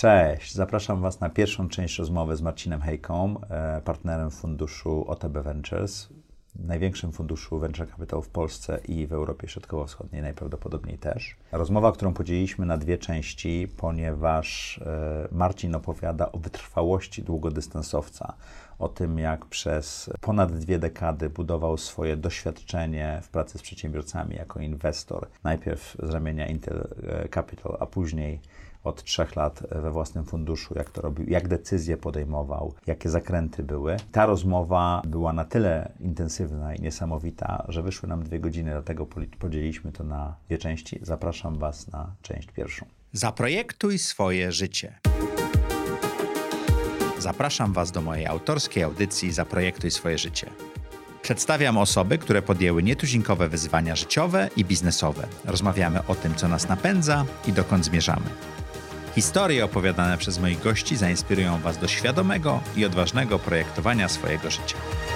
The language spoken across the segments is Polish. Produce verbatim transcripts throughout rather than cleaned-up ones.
Cześć, zapraszam Was na pierwszą część rozmowy z Marcinem Hejką, partnerem funduszu O T B Ventures, największym funduszu venture capital w Polsce i w Europie Środkowo-Wschodniej najprawdopodobniej też. Rozmowa, którą podzieliliśmy na dwie części, ponieważ Marcin opowiada o wytrwałości długodystansowca, o tym, jak przez ponad dwie dekady budował swoje doświadczenie w pracy z przedsiębiorcami jako inwestor, najpierw z ramienia Intel Capital, a później od trzech lat we własnym funduszu, jak to robił, jak decyzje podejmował, jakie zakręty były. Ta rozmowa była na tyle intensywna i niesamowita, że wyszły nam dwie godziny, dlatego podzieliliśmy to na dwie części. Zapraszam Was na część pierwszą. Zaprojektuj swoje życie. Zapraszam Was do mojej autorskiej audycji Zaprojektuj swoje życie. Przedstawiam osoby, które podjęły nietuzinkowe wyzwania życiowe i biznesowe. Rozmawiamy o tym, co nas napędza i dokąd zmierzamy. Historie opowiadane przez moich gości zainspirują Was do świadomego i odważnego projektowania swojego życia.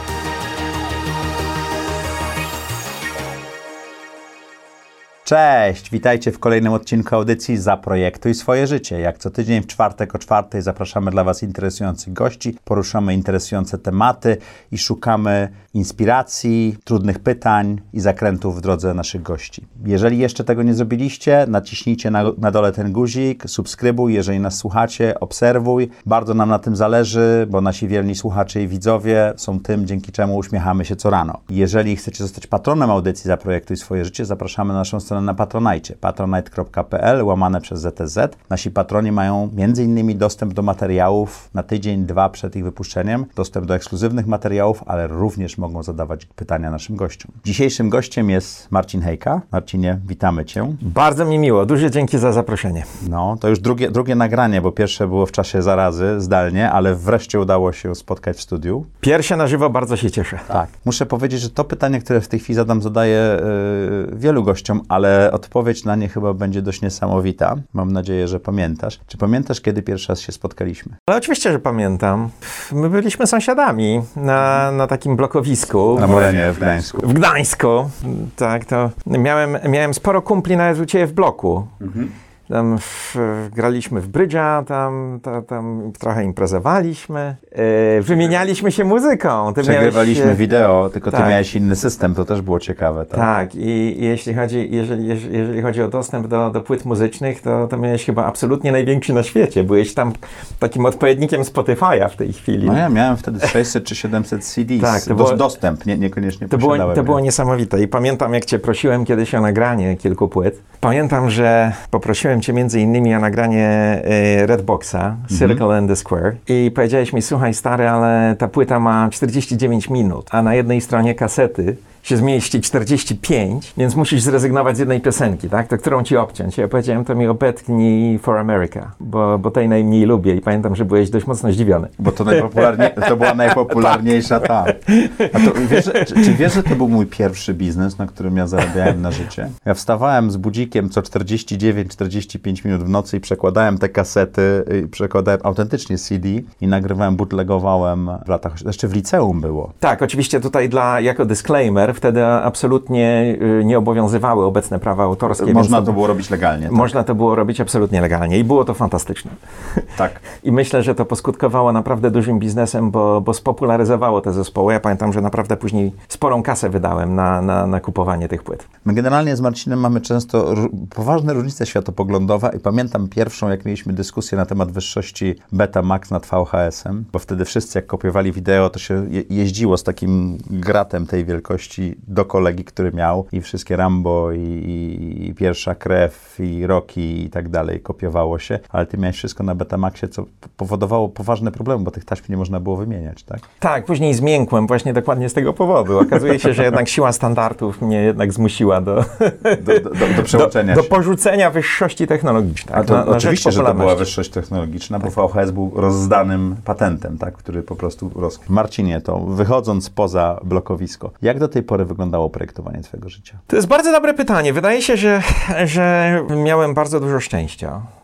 Cześć, witajcie w kolejnym odcinku audycji Zaprojektuj swoje życie. Jak co tydzień w czwartek o czwartej zapraszamy dla Was interesujących gości, poruszamy interesujące tematy i szukamy inspiracji, trudnych pytań i zakrętów w drodze naszych gości. Jeżeli jeszcze tego nie zrobiliście, naciśnijcie na, na dole ten guzik, subskrybuj, jeżeli nas słuchacie, obserwuj. Bardzo nam na tym zależy, bo nasi wierni słuchacze i widzowie są tym, dzięki czemu uśmiechamy się co rano. Jeżeli chcecie zostać patronem audycji Zaprojektuj swoje życie, zapraszamy na naszą stronę na Patronite, patronite kropka p l, łamane przez Z T Z. Nasi patroni mają między innymi dostęp do materiałów na tydzień, dwa przed ich wypuszczeniem, dostęp do ekskluzywnych materiałów, ale również mogą zadawać pytania naszym gościom. Dzisiejszym gościem jest Marcin Hejka. Marcinie, witamy Cię. Bardzo mi miło, duże dzięki za zaproszenie. No, to już drugie, drugie nagranie, bo pierwsze było w czasie zarazy, zdalnie, ale wreszcie udało się spotkać w studiu. Pierwsze na żywo, bardzo się cieszę. Tak. Muszę powiedzieć, że to pytanie, które w tej chwili zadam, zadaję yy, wielu gościom, ale odpowiedź na nie chyba będzie dość niesamowita. Mam nadzieję, że pamiętasz. Czy pamiętasz, kiedy pierwszy raz się spotkaliśmy? Ale oczywiście, że pamiętam. My byliśmy sąsiadami na, na takim blokowisku. Na Morenie w Gdańsku. W Gdańsku. Tak, to miałem, miałem sporo kumpli nawet u Ciebie w bloku. Mhm. Tam w, graliśmy w brydża, tam, tam, tam trochę imprezowaliśmy, yy, wymienialiśmy się muzyką. Ty Przegrywaliśmy miałeś, wideo, tylko tak. Ty miałeś inny system, to też było ciekawe. Tak, tak. I, i jeśli chodzi, jeżeli, jeżeli chodzi o dostęp do, do płyt muzycznych, to, to miałeś chyba absolutnie największy na świecie. Byłeś tam takim odpowiednikiem Spotify'a w tej chwili. No ja miałem wtedy sześćset czy siedemset C D, tak, to było, dostęp, nie, niekoniecznie to posiadałem. Było, to było niesamowite i pamiętam, jak Cię prosiłem kiedyś o nagranie kilku płyt. Pamiętam, że poprosiłem Cię między innymi o nagranie y, Redboxa, Circle mm-hmm. and the Square, i powiedziałeś mi, słuchaj stary, ale ta płyta ma czterdzieści dziewięć minut, a na jednej stronie kasety się zmieści czterdzieści pięć, więc musisz zrezygnować z jednej piosenki, tak? To którą Ci obciąć? Ja powiedziałem, to mi obetnij For America, bo, bo tej najmniej lubię i pamiętam, że byłeś dość mocno zdziwiony. Bo to, najpopularnie, to była najpopularniejsza ta. A to wiesz, czy, czy wiesz, że to był mój pierwszy biznes, na którym ja zarabiałem na życie? Ja wstawałem z budzikiem co czterdzieści dziewięć czterdzieści pięć minut w nocy i przekładałem te kasety, i przekładałem autentycznie C D i nagrywałem, bootlegowałem w latach, jeszcze w liceum było. Tak, oczywiście tutaj dla, jako disclaimer, wtedy absolutnie nie obowiązywały obecne prawa autorskie. Można to było robić legalnie. Tak? Można to było robić absolutnie legalnie i było to fantastyczne. Tak. I myślę, że to poskutkowało naprawdę dużym biznesem, bo, bo spopularyzowało te zespoły. Ja pamiętam, że naprawdę później sporą kasę wydałem na, na, na kupowanie tych płyt. My generalnie z Marcinem mamy często r- poważne różnice światopoglądowe i pamiętam pierwszą, jak mieliśmy dyskusję na temat wyższości Betamax nad V H S-em, bo wtedy wszyscy jak kopiowali wideo, to się je- jeździło z takim gratem tej wielkości do kolegi, który miał i wszystkie Rambo i, i, i Pierwsza Krew i Rocky i tak dalej kopiowało się, ale ty miałeś wszystko na Betamaxie, co powodowało poważne problemy, bo tych taśm nie można było wymieniać, tak? Tak, później zmiękłem właśnie dokładnie z tego powodu. Okazuje się, że jednak siła standardów mnie jednak zmusiła do, do, do, do, do przełączenia do, się. do porzucenia wyższości technologicznej. A to na, na oczywiście, że to była wyższość technologiczna, tak. Bo V H S był rozdanym patentem, tak, który po prostu rozkwitł. Marcinie, to wychodząc poza blokowisko, jak do tej pory wyglądało projektowanie twojego życia? To jest bardzo dobre pytanie. Wydaje się, że, że miałem bardzo dużo szczęścia.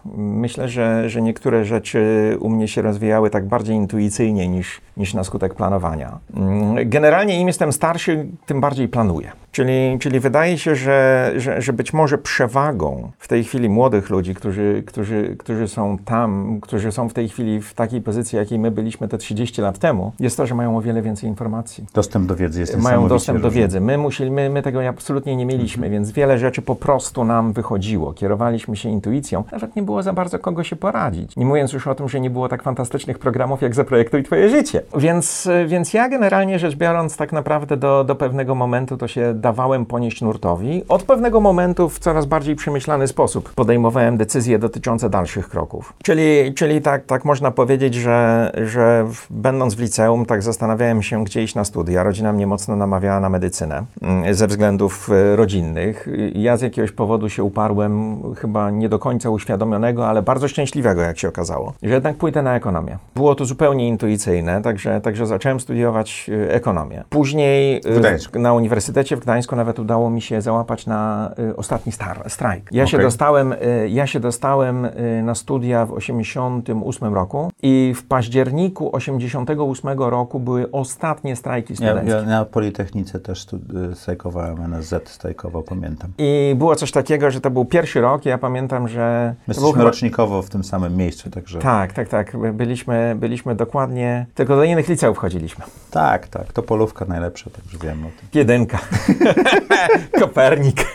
Myślę, że, że niektóre rzeczy u mnie się rozwijały tak bardziej intuicyjnie niż, niż na skutek planowania. Generalnie im jestem starszy, tym bardziej planuję. Czyli, czyli wydaje się, że, że, że być może przewagą w tej chwili młodych ludzi, którzy, którzy, którzy są tam, którzy są w tej chwili w takiej pozycji, jakiej my byliśmy te trzydzieści lat temu, jest to, że mają o wiele więcej informacji. Dostęp do wiedzy jest Mają dostęp do różny. wiedzy. My, musieli, my, my tego absolutnie nie mieliśmy, mhm. więc wiele rzeczy po prostu nam wychodziło. Kierowaliśmy się intuicją. Nawet nie było za bardzo kogo się poradzić. Nie mówiąc już o tym, że nie było tak fantastycznych programów jak Zaprojektuj Twoje życie. Więc, więc ja generalnie rzecz biorąc tak naprawdę do, do pewnego momentu to się dawałem ponieść nurtowi. Od pewnego momentu w coraz bardziej przemyślany sposób podejmowałem decyzje dotyczące dalszych kroków. Czyli, czyli tak, tak można powiedzieć, że, że będąc w liceum tak zastanawiałem się, gdzie iść na studia. Rodzina mnie mocno namawiała na medycynę ze względów rodzinnych. Ja z jakiegoś powodu się uparłem, chyba nie do końca uświadomionego, ale bardzo szczęśliwego, jak się okazało, że jednak pójdę na ekonomię. Było to zupełnie intuicyjne, także, także zacząłem studiować ekonomię. Później w, na Uniwersytecie w Gdańsku nawet udało mi się załapać na y, ostatni star, strajk. Ja, okay. się dostałem, y, ja się dostałem y, na studia w osiemdziesiątym ósmym roku i w październiku osiemdziesiątego ósmego roku były ostatnie strajki studenckie. Ja, ja na Politechnice też studi- strajkowałem, N S Z strajkował, pamiętam. I było coś takiego, że to był pierwszy rok, ja pamiętam, że... My jesteśmy chyba... rocznikowo w tym samym miejscu, także... Tak, tak, tak. Byliśmy, byliśmy dokładnie... Tylko do innych liceów chodziliśmy. Tak, tak. To Polówka najlepsza, także wiem o tym. Jedynka. Kopernik.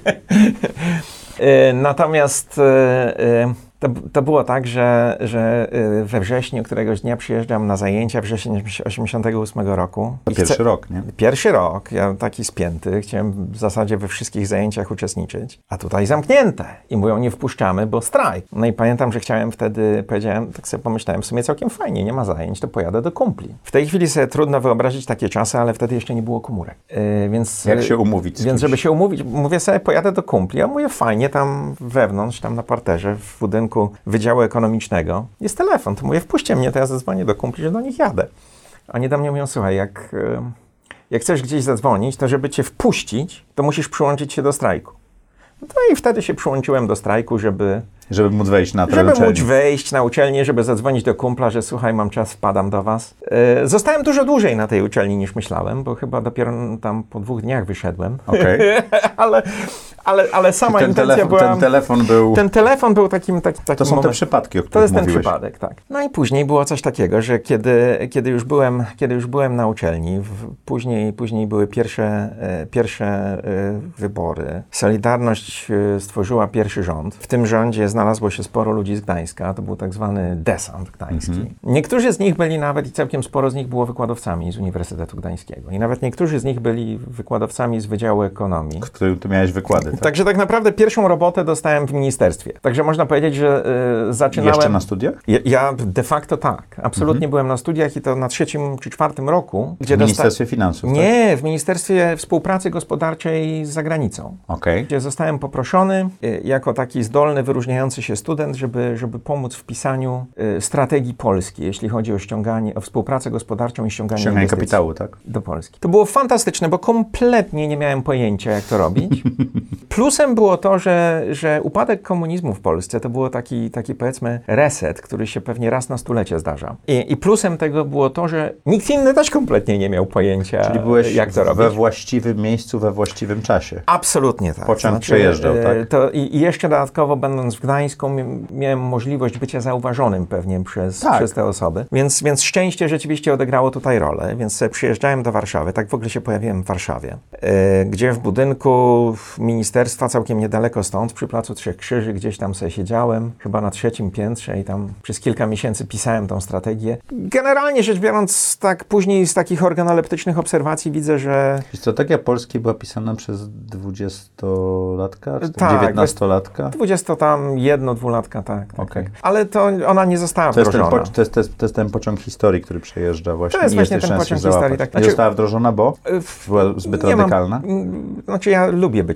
Natomiast to, to było tak, że, że we wrześniu któregoś dnia przyjeżdżam na zajęcia, wrzesień osiemdziesiątego ósmego roku. To pierwszy chcę, rok, nie? Pierwszy rok, ja taki spięty, chciałem w zasadzie we wszystkich zajęciach uczestniczyć, a tutaj zamknięte i mówią, nie wpuszczamy, bo strajk. No i pamiętam, że chciałem wtedy, powiedziałem, tak sobie pomyślałem, w sumie całkiem fajnie, nie ma zajęć, to pojadę do kumpli. W tej chwili sobie trudno wyobrazić takie czasy, ale wtedy jeszcze nie było komórek. Yy, więc, Jak się umówić? Więc żeby się umówić, mówię sobie, pojadę do kumpli, a mówię, fajnie, tam wewnątrz, tam na parterze, w budynku Wydziału Ekonomicznego jest telefon, to mówię, wpuśćcie mnie, to ja zadzwonię do kumpli, że do nich jadę. Oni do mnie mówią, słuchaj, jak, jak chcesz gdzieś zadzwonić, to żeby cię wpuścić, to musisz przyłączyć się do strajku. No i wtedy się przyłączyłem do strajku, żeby... Żeby móc wejść na tę Żeby uczelnię. móc wejść na uczelnię, żeby zadzwonić do kumpla, że słuchaj, mam czas, wpadam do was. Yy, zostałem dużo dłużej na tej uczelni niż myślałem, bo chyba dopiero tam po dwóch dniach wyszedłem. Okej. Okay. ale, ale, ale sama ten intencja telefon, była... Ten telefon był... Ten telefon był takim... takim to są moment. te przypadki, o których To jest mówiłeś. ten przypadek, tak. No i później było coś takiego, że kiedy, kiedy, już, byłem, kiedy już byłem na uczelni, w, później, później były pierwsze, e, pierwsze e, wybory. Solidarność e, stworzyła pierwszy rząd. W tym rządzie znalazło się sporo ludzi z Gdańska, to był tak zwany desant gdański. Mhm. Niektórzy z nich byli nawet, i całkiem sporo z nich było wykładowcami z Uniwersytetu Gdańskiego. I nawet niektórzy z nich byli wykładowcami z Wydziału Ekonomii. W którym ty miałeś wykłady, tak? Także tak naprawdę pierwszą robotę dostałem w ministerstwie. Także można powiedzieć, że y, zaczynałem... Jeszcze na studiach? Ja, ja de facto tak. Absolutnie mhm. byłem na studiach i to na trzecim czy czwartym roku. Gdzie w Ministerstwie dosta... Finansów, Nie, tak? w Ministerstwie Współpracy Gospodarczej z zagranicą. Okay. Gdzie zostałem poproszony y, jako taki zdolny, wyróżniający się student, żeby, żeby pomóc w pisaniu y, strategii Polski, jeśli chodzi o ściąganie, o współpracę gospodarczą i ściąganie, ściąganie kapitału, tak? Do Polski. To było fantastyczne, bo kompletnie nie miałem pojęcia, jak to robić. Plusem było to, że, że upadek komunizmu w Polsce to było taki, taki powiedzmy reset, który się pewnie raz na stulecie zdarza. I, I plusem tego było to, że nikt inny też kompletnie nie miał pojęcia, czyli byłeś jak to robić. We właściwym miejscu, we właściwym czasie. Absolutnie tak. Pociąg znaczy, przejeżdżał, tak? To i, I jeszcze dodatkowo będąc w Gdańsku miałem możliwość bycia zauważonym pewnie przez, tak. przez te osoby. Więc, więc szczęście rzeczywiście odegrało tutaj rolę. Więc przyjeżdżałem do Warszawy, tak w ogóle się pojawiłem w Warszawie, yy, gdzie w budynku ministerstwa całkiem niedaleko stąd, przy Placu Trzech Krzyży, gdzieś tam sobie siedziałem, chyba na trzecim piętrze i tam przez kilka miesięcy pisałem tą strategię. Generalnie rzecz biorąc, tak później z takich organoleptycznych obserwacji widzę, że... Strategia Polski była pisana przez dwudziestolatka, czy tak, dziewiętnastolatka? dwudziesto tam jedno, dwulatka, tak. tak, okay. tak. Ale to ona nie została to wdrożona. Jest ten, to, jest, to, jest, to jest ten pociąg historii, który przejeżdża właśnie. To jest i właśnie jest ten pociąg historii, historii. Tak. Nie znaczy, została wdrożona, bo była zbyt radykalna? Mam, znaczy ja lubię być radykalny.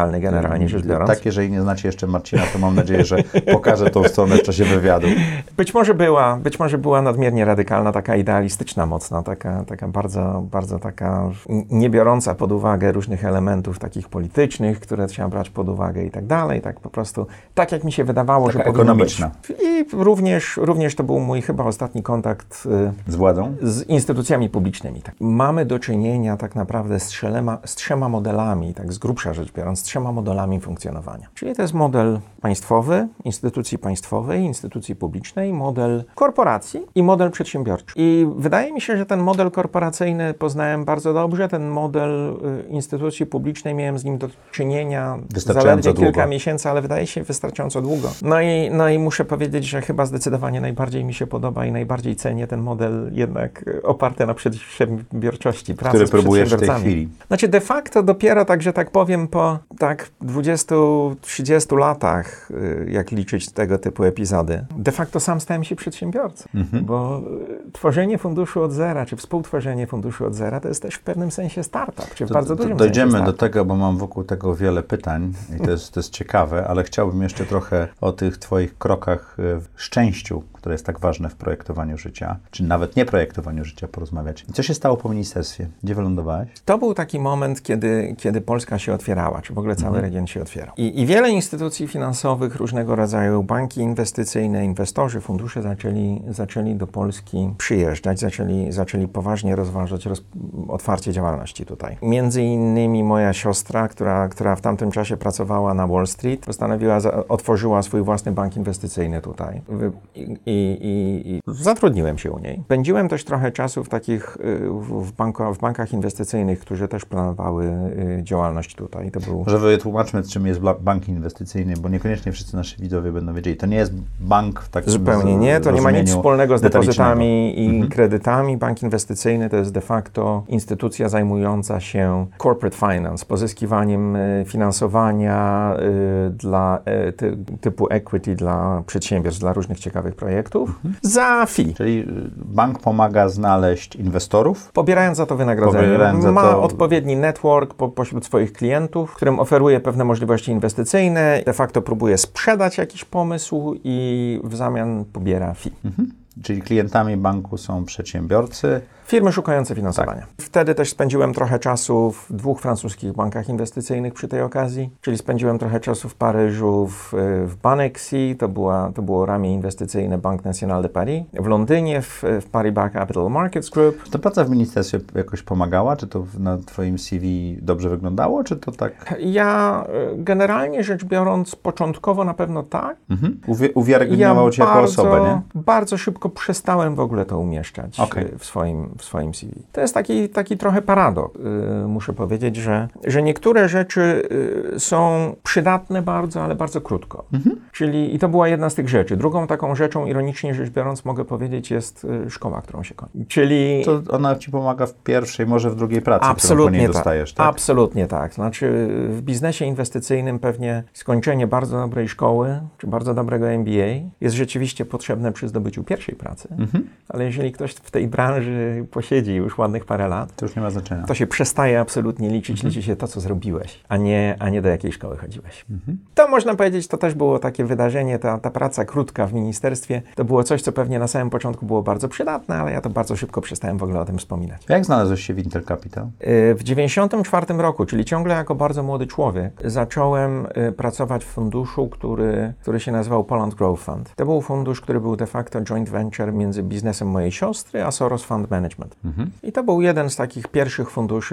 radykalny generalnie rzecz biorąc. Tak, jeżeli nie znacie jeszcze Marcina, to mam nadzieję, że pokażę tą stronę w czasie wywiadu. Być może była, być może była nadmiernie radykalna, taka idealistyczna mocno, taka, taka bardzo, bardzo taka nie biorąca pod uwagę różnych elementów takich politycznych, które trzeba brać pod uwagę i tak dalej, tak po prostu, tak jak mi się wydawało, taka że powinno ekonomiczna. być. I również, również to był mój chyba ostatni kontakt z władzą? Z instytucjami publicznymi. Tak. Mamy do czynienia tak naprawdę z trzema, z trzema modelami, tak z grubsza rzecz biorąc, z trzema modelami funkcjonowania. Czyli to jest model państwowy, instytucji państwowej, instytucji publicznej, model korporacji i model przedsiębiorczy. I wydaje mi się, że ten model korporacyjny poznałem bardzo dobrze, ten model y, instytucji publicznej miałem z nim do czynienia zaledwie kilka długo. miesięcy, ale wydaje się wystarczająco długo. No i, no i muszę powiedzieć, że chyba zdecydowanie najbardziej mi się podoba i najbardziej cenię ten model jednak oparty na przedsiębiorczości, pracy który z próbujesz w tej przedsiębiorcami. chwili. Znaczy de facto dopiero tak, że tak powiem, po tak dwudziestu trzydziestu latach, jak liczyć tego typu epizody, de facto sam stałem się przedsiębiorcą, mhm. bo tworzenie funduszu od zera, czy współtworzenie funduszu od zera, to jest też w pewnym sensie startup, czy w to, bardzo to, dużym dojdziemy sensie do startup. tego, bo mam wokół tego wiele pytań i to jest, to jest ciekawe, ale chciałbym jeszcze trochę o tych twoich krokach w szczęściu, które jest tak ważne w projektowaniu życia, czy nawet nie projektowaniu życia porozmawiać. I co się stało po ministerstwie? Gdzie wylądowałeś? To był taki moment, kiedy, kiedy Polska się otwierała, czy w ogóle cały Mhm. region się otwierał. I, I wiele instytucji finansowych, różnego rodzaju banki inwestycyjne, inwestorzy, fundusze zaczęli, zaczęli do Polski przyjeżdżać, zaczęli, zaczęli poważnie rozważać roz, otwarcie działalności tutaj. Między innymi moja siostra, która, która w tamtym czasie pracowała na Wall Street, postanowiła, za, otworzyła swój własny bank inwestycyjny tutaj. I, i, i, i zatrudniłem się u niej. Spędziłem też trochę czasu w takich, w, w, banko, w bankach inwestycyjnych, którzy też planowały y, działalność tutaj. To był... Może wytłumaczmy, czym jest bank inwestycyjny, bo niekoniecznie wszyscy nasi widzowie będą wiedzieli. To nie jest bank w takim Zupełnie nie, to nie ma nic wspólnego z depozytami i mhm. kredytami. Bank inwestycyjny to jest de facto instytucja zajmująca się corporate finance, pozyskiwaniem finansowania y, dla y, ty, typu equity dla przedsiębiorstw, dla różnych ciekawych projektów mhm. za fee. Czyli bank pomaga znaleźć inwestorów? Pobierając za to wynagrodzenie. Za ma to... odpowiedni network po, pośród swoich klientów, którym oferuje pewne możliwości inwestycyjne, de facto próbuje sprzedać jakiś pomysł i w zamian pobiera fee. Mhm. Czyli klientami banku są przedsiębiorcy? Firmy szukające finansowania. Tak. Wtedy też spędziłem trochę czasu w dwóch francuskich bankach inwestycyjnych przy tej okazji, czyli spędziłem trochę czasu w Paryżu w, w Banexi, to, była, to było ramię inwestycyjne Banque Nationale de Paris, w Londynie w, w Paribas Capital Markets Group. Czy ta praca w ministerstwie jakoś pomagała? Czy to na twoim C V dobrze wyglądało, czy to tak? Ja generalnie rzecz biorąc początkowo na pewno tak. Mhm. Uwi- uwiarygodniało ja cię jako bardzo, osobę, nie? bardzo szybko przestałem w ogóle to umieszczać okay. w swoim w swoim C V. To jest taki, taki trochę paradoks. Yy, muszę powiedzieć, że, że niektóre rzeczy yy, są przydatne bardzo, ale bardzo krótko. Mhm. Czyli i to była jedna z tych rzeczy. Drugą taką rzeczą, ironicznie rzecz biorąc, mogę powiedzieć, jest yy, szkoła, którą się kończy. Czyli... To ona ci pomaga w pierwszej, może w drugiej pracy, absolutnie którą po niej tak. dostajesz, tak? Absolutnie tak. Znaczy w biznesie inwestycyjnym pewnie skończenie bardzo dobrej szkoły, czy bardzo dobrego M B A jest rzeczywiście potrzebne przy zdobyciu pierwszej pracy. Mhm. Ale jeżeli ktoś w tej branży posiedzi już ładnych parę lat, to już nie ma znaczenia. To się przestaje absolutnie liczyć, mhm. liczy się to, co zrobiłeś, a nie, a nie do jakiej szkoły chodziłeś. Mhm. To można powiedzieć, to też było takie wydarzenie, ta, ta praca krótka w ministerstwie, to było coś, co pewnie na samym początku było bardzo przydatne, ale ja to bardzo szybko przestałem w ogóle o tym wspominać. Jak znalazłeś się w Intel Capital? W dziewięćdziesiątym czwartym roku, czyli ciągle jako bardzo młody człowiek, zacząłem pracować w funduszu, który, który się nazywał Poland Growth Fund. To był fundusz, który był de facto joint venture między biznesem mojej siostry a Soros Fund Management. Mhm. I to był jeden z takich pierwszych funduszy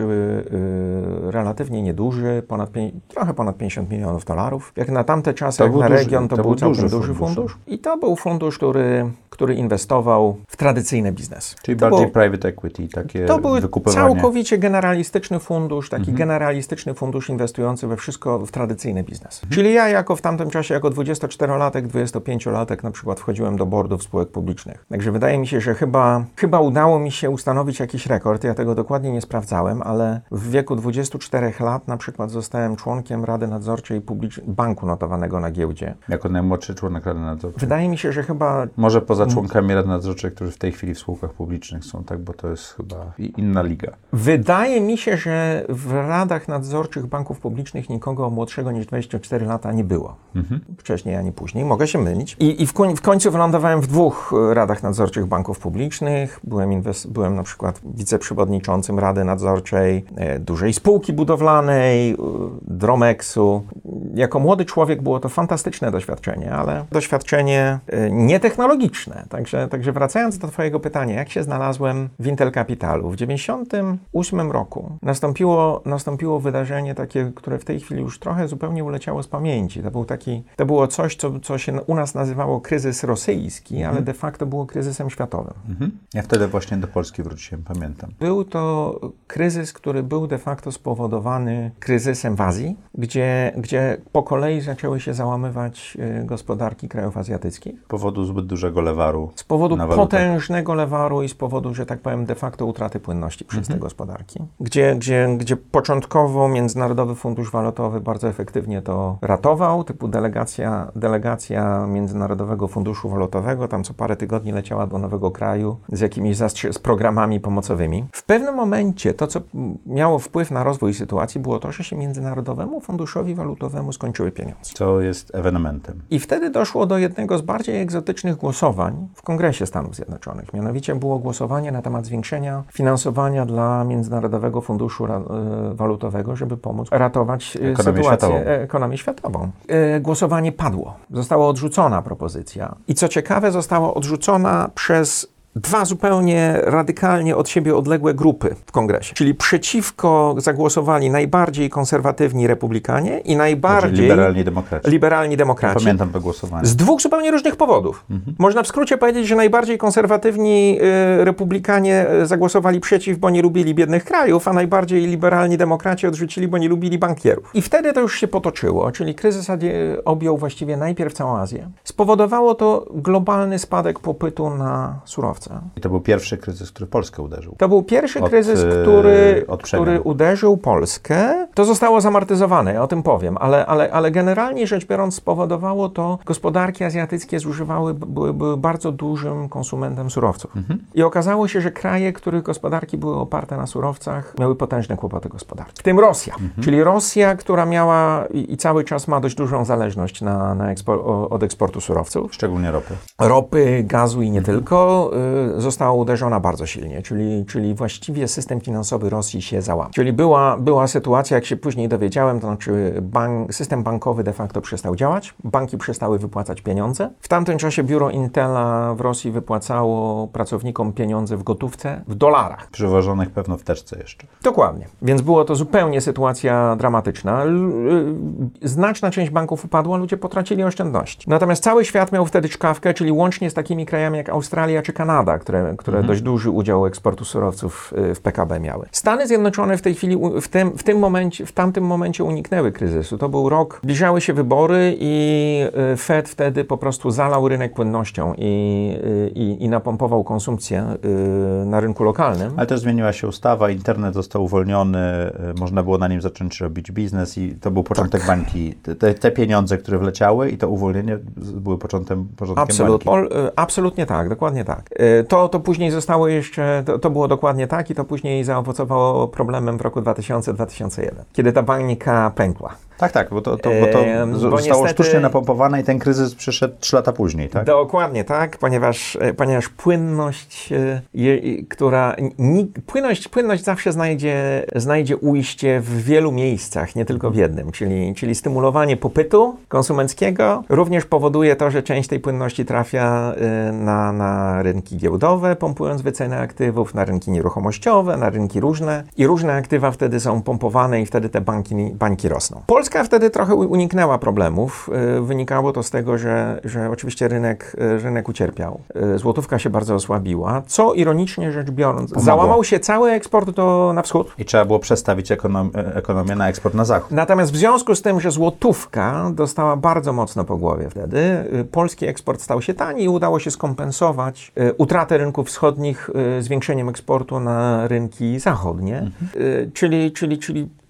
yy, relatywnie nieduży, ponad pię- trochę ponad pięćdziesiąt milionów dolarów. Jak na tamte czasy, jak na duży, region, to, to był był całkiem duży duży fundusz. fundusz. I to był fundusz, który, który inwestował w tradycyjny biznes. Czyli to bardziej był, private equity, takie To był wykupywanie. całkowicie generalistyczny fundusz, taki mhm. generalistyczny fundusz inwestujący we wszystko w tradycyjny biznes. Mhm. Czyli ja jako w tamtym czasie, jako dwudziestoczterolatek, dwudziestopięciolatek na przykład wchodziłem do boardów spółek publicznych. Także wydaje mi się, że chyba, chyba udało mi się ustanowić jakiś rekord. Ja tego dokładnie nie sprawdzałem, ale w wieku dwudziestu czterech lat na przykład zostałem członkiem Rady Nadzorczej publicz- banku notowanego na giełdzie. Jako najmłodszy członek Rady Nadzorczej. Wydaje mi się, że chyba... Może poza Poza członkami rad nadzorczych, którzy w tej chwili w spółkach publicznych są, tak, bo to jest chyba inna liga. Wydaje mi się, że w radach nadzorczych banków publicznych nikogo młodszego niż dwadzieścia cztery lata nie było. Mhm. Wcześniej ani później. Mogę się mylić. I, i w, koń, w końcu wylądowałem w dwóch radach nadzorczych banków publicznych. Byłem, inwest- byłem na przykład wiceprzewodniczącym Rady Nadzorczej e, dużej spółki budowlanej, e, Dromexu. Jako młody człowiek było to fantastyczne doświadczenie, ale doświadczenie e, nietechnologiczne. Także, także wracając do twojego pytania, jak się znalazłem w Intel Capitalu? W dziewięćdziesiątym ósmym roku nastąpiło, nastąpiło wydarzenie takie, które w tej chwili już trochę zupełnie uleciało z pamięci. To, był taki, to było coś, co, co się u nas nazywało kryzys rosyjski, mhm. ale de facto było kryzysem światowym. Mhm. Ja wtedy właśnie do Polski wróciłem, pamiętam. Był to kryzys, który był de facto spowodowany kryzysem w Azji, gdzie, gdzie po kolei zaczęły się załamywać y, gospodarki krajów azjatyckich. Z powodu zbyt dużego lewaru. Z powodu potężnego lewaru i z powodu, że tak powiem, de facto utraty płynności przez mhm. te gospodarki. Gdzie, gdzie, gdzie początkowo Międzynarodowy Fundusz Walutowy bardzo efektywnie to ratował, typu delegacja, delegacja Międzynarodowego Funduszu Walutowego, tam co parę tygodni leciała do nowego kraju z jakimiś zastrzy- z programami pomocowymi. W pewnym momencie to, co miało wpływ na rozwój sytuacji, było to, że się Międzynarodowemu Funduszowi Walutowemu skończyły pieniądze. Co jest ewenementem. I wtedy doszło do jednego z bardziej egzotycznych głosowań w Kongresie Stanów Zjednoczonych. Mianowicie było głosowanie na temat zwiększenia finansowania dla Międzynarodowego Funduszu Ra- Walutowego, żeby pomóc ratować ekonomię sytuację, światową. ekonomię światową. Głosowanie padło. Została odrzucona propozycja. I co ciekawe, została odrzucona przez dwa zupełnie radykalnie od siebie odległe grupy w Kongresie. Czyli przeciwko zagłosowali najbardziej konserwatywni republikanie i najbardziej liberalni demokraci. Liberalni demokraci. Ja pamiętam to głosowanie. Z dwóch zupełnie różnych powodów. Mhm. Można w skrócie powiedzieć, że najbardziej konserwatywni y, republikanie y, zagłosowali przeciw, bo nie lubili biednych krajów, a najbardziej liberalni demokraci odrzucili, bo nie lubili bankierów. I wtedy to już się potoczyło, czyli kryzys y, objął właściwie najpierw całą Azję. Spowodowało to globalny spadek popytu na surowce. I to był pierwszy kryzys, który Polskę uderzył. To był pierwszy od, kryzys, który, od który uderzył Polskę. To zostało zamortyzowane, ja o tym powiem, ale, ale, ale generalnie rzecz biorąc spowodowało to, gospodarki azjatyckie zużywały, były, były bardzo dużym konsumentem surowców. Mhm. I okazało się, że kraje, których gospodarki były oparte na surowcach, miały potężne kłopoty gospodarcze. W tym Rosja, mhm. czyli Rosja, która miała i, i cały czas ma dość dużą zależność na, na ekspor, od eksportu surowców. Szczególnie ropy. Ropy, gazu i nie mhm. tylko. Y, została uderzona bardzo silnie, czyli, czyli właściwie system finansowy Rosji się załamał. Czyli była, była sytuacja, jak się później dowiedziałem, to znaczy bank, system bankowy de facto przestał działać, banki przestały wypłacać pieniądze. W tamtym czasie biuro Intela w Rosji wypłacało pracownikom pieniądze w gotówce, w dolarach. Przywożonych pewno w teczce jeszcze. Dokładnie. Więc było to zupełnie sytuacja dramatyczna. Znaczna część banków upadła, ludzie potracili oszczędności. Natomiast cały świat miał wtedy czkawkę, czyli łącznie z takimi krajami jak Australia czy Kanada, które, które mhm. dość duży udział eksportu surowców w P K B miały. Stany Zjednoczone w tej chwili, w tym, w tym momencie, w tamtym momencie uniknęły kryzysu. To był rok, zbliżały się wybory i Fed wtedy po prostu zalał rynek płynnością i, i, i napompował konsumpcję na rynku lokalnym. Ale też zmieniła się ustawa, internet został uwolniony, można było na nim zacząć robić biznes i to był początek tak. bańki. Te, te pieniądze, które wleciały i to uwolnienie były początkiem, początkiem Absolut, bańki. Absolutnie tak, dokładnie tak. To, to później zostało jeszcze, to, to było dokładnie tak i to później zaowocowało problemem w roku dwa tysiące do dwa tysiące jeden, kiedy ta bańka pękła. Tak, tak, bo to, to, bo to e, zostało bo niestety, sztucznie napompowane i ten kryzys przyszedł trzy lata później, tak? Dokładnie tak, ponieważ, ponieważ płynność, je, która, ni, płynność, płynność zawsze znajdzie, znajdzie ujście w wielu miejscach, nie tylko w jednym, czyli, czyli stymulowanie popytu konsumenckiego również powoduje to, że część tej płynności trafia na, na rynki giełdowe, pompując wycenę aktywów, na rynki nieruchomościowe, na rynki różne i różne aktywa wtedy są pompowane i wtedy te banki, bańki rosną. Polska wtedy trochę uniknęła problemów. Wynikało to z tego, że, że oczywiście rynek, rynek ucierpiał. Złotówka się bardzo osłabiła, co ironicznie rzecz biorąc, pomogło. Załamał się cały eksport do, na wschód. I trzeba było przestawić ekonom, ekonomię na eksport na zachód. Natomiast w związku z tym, że złotówka dostała bardzo mocno po głowie wtedy, polski eksport stał się tani i udało się skompensować utratę rynków wschodnich zwiększeniem eksportu na rynki zachodnie. Mhm. Czyli, czyli, czyli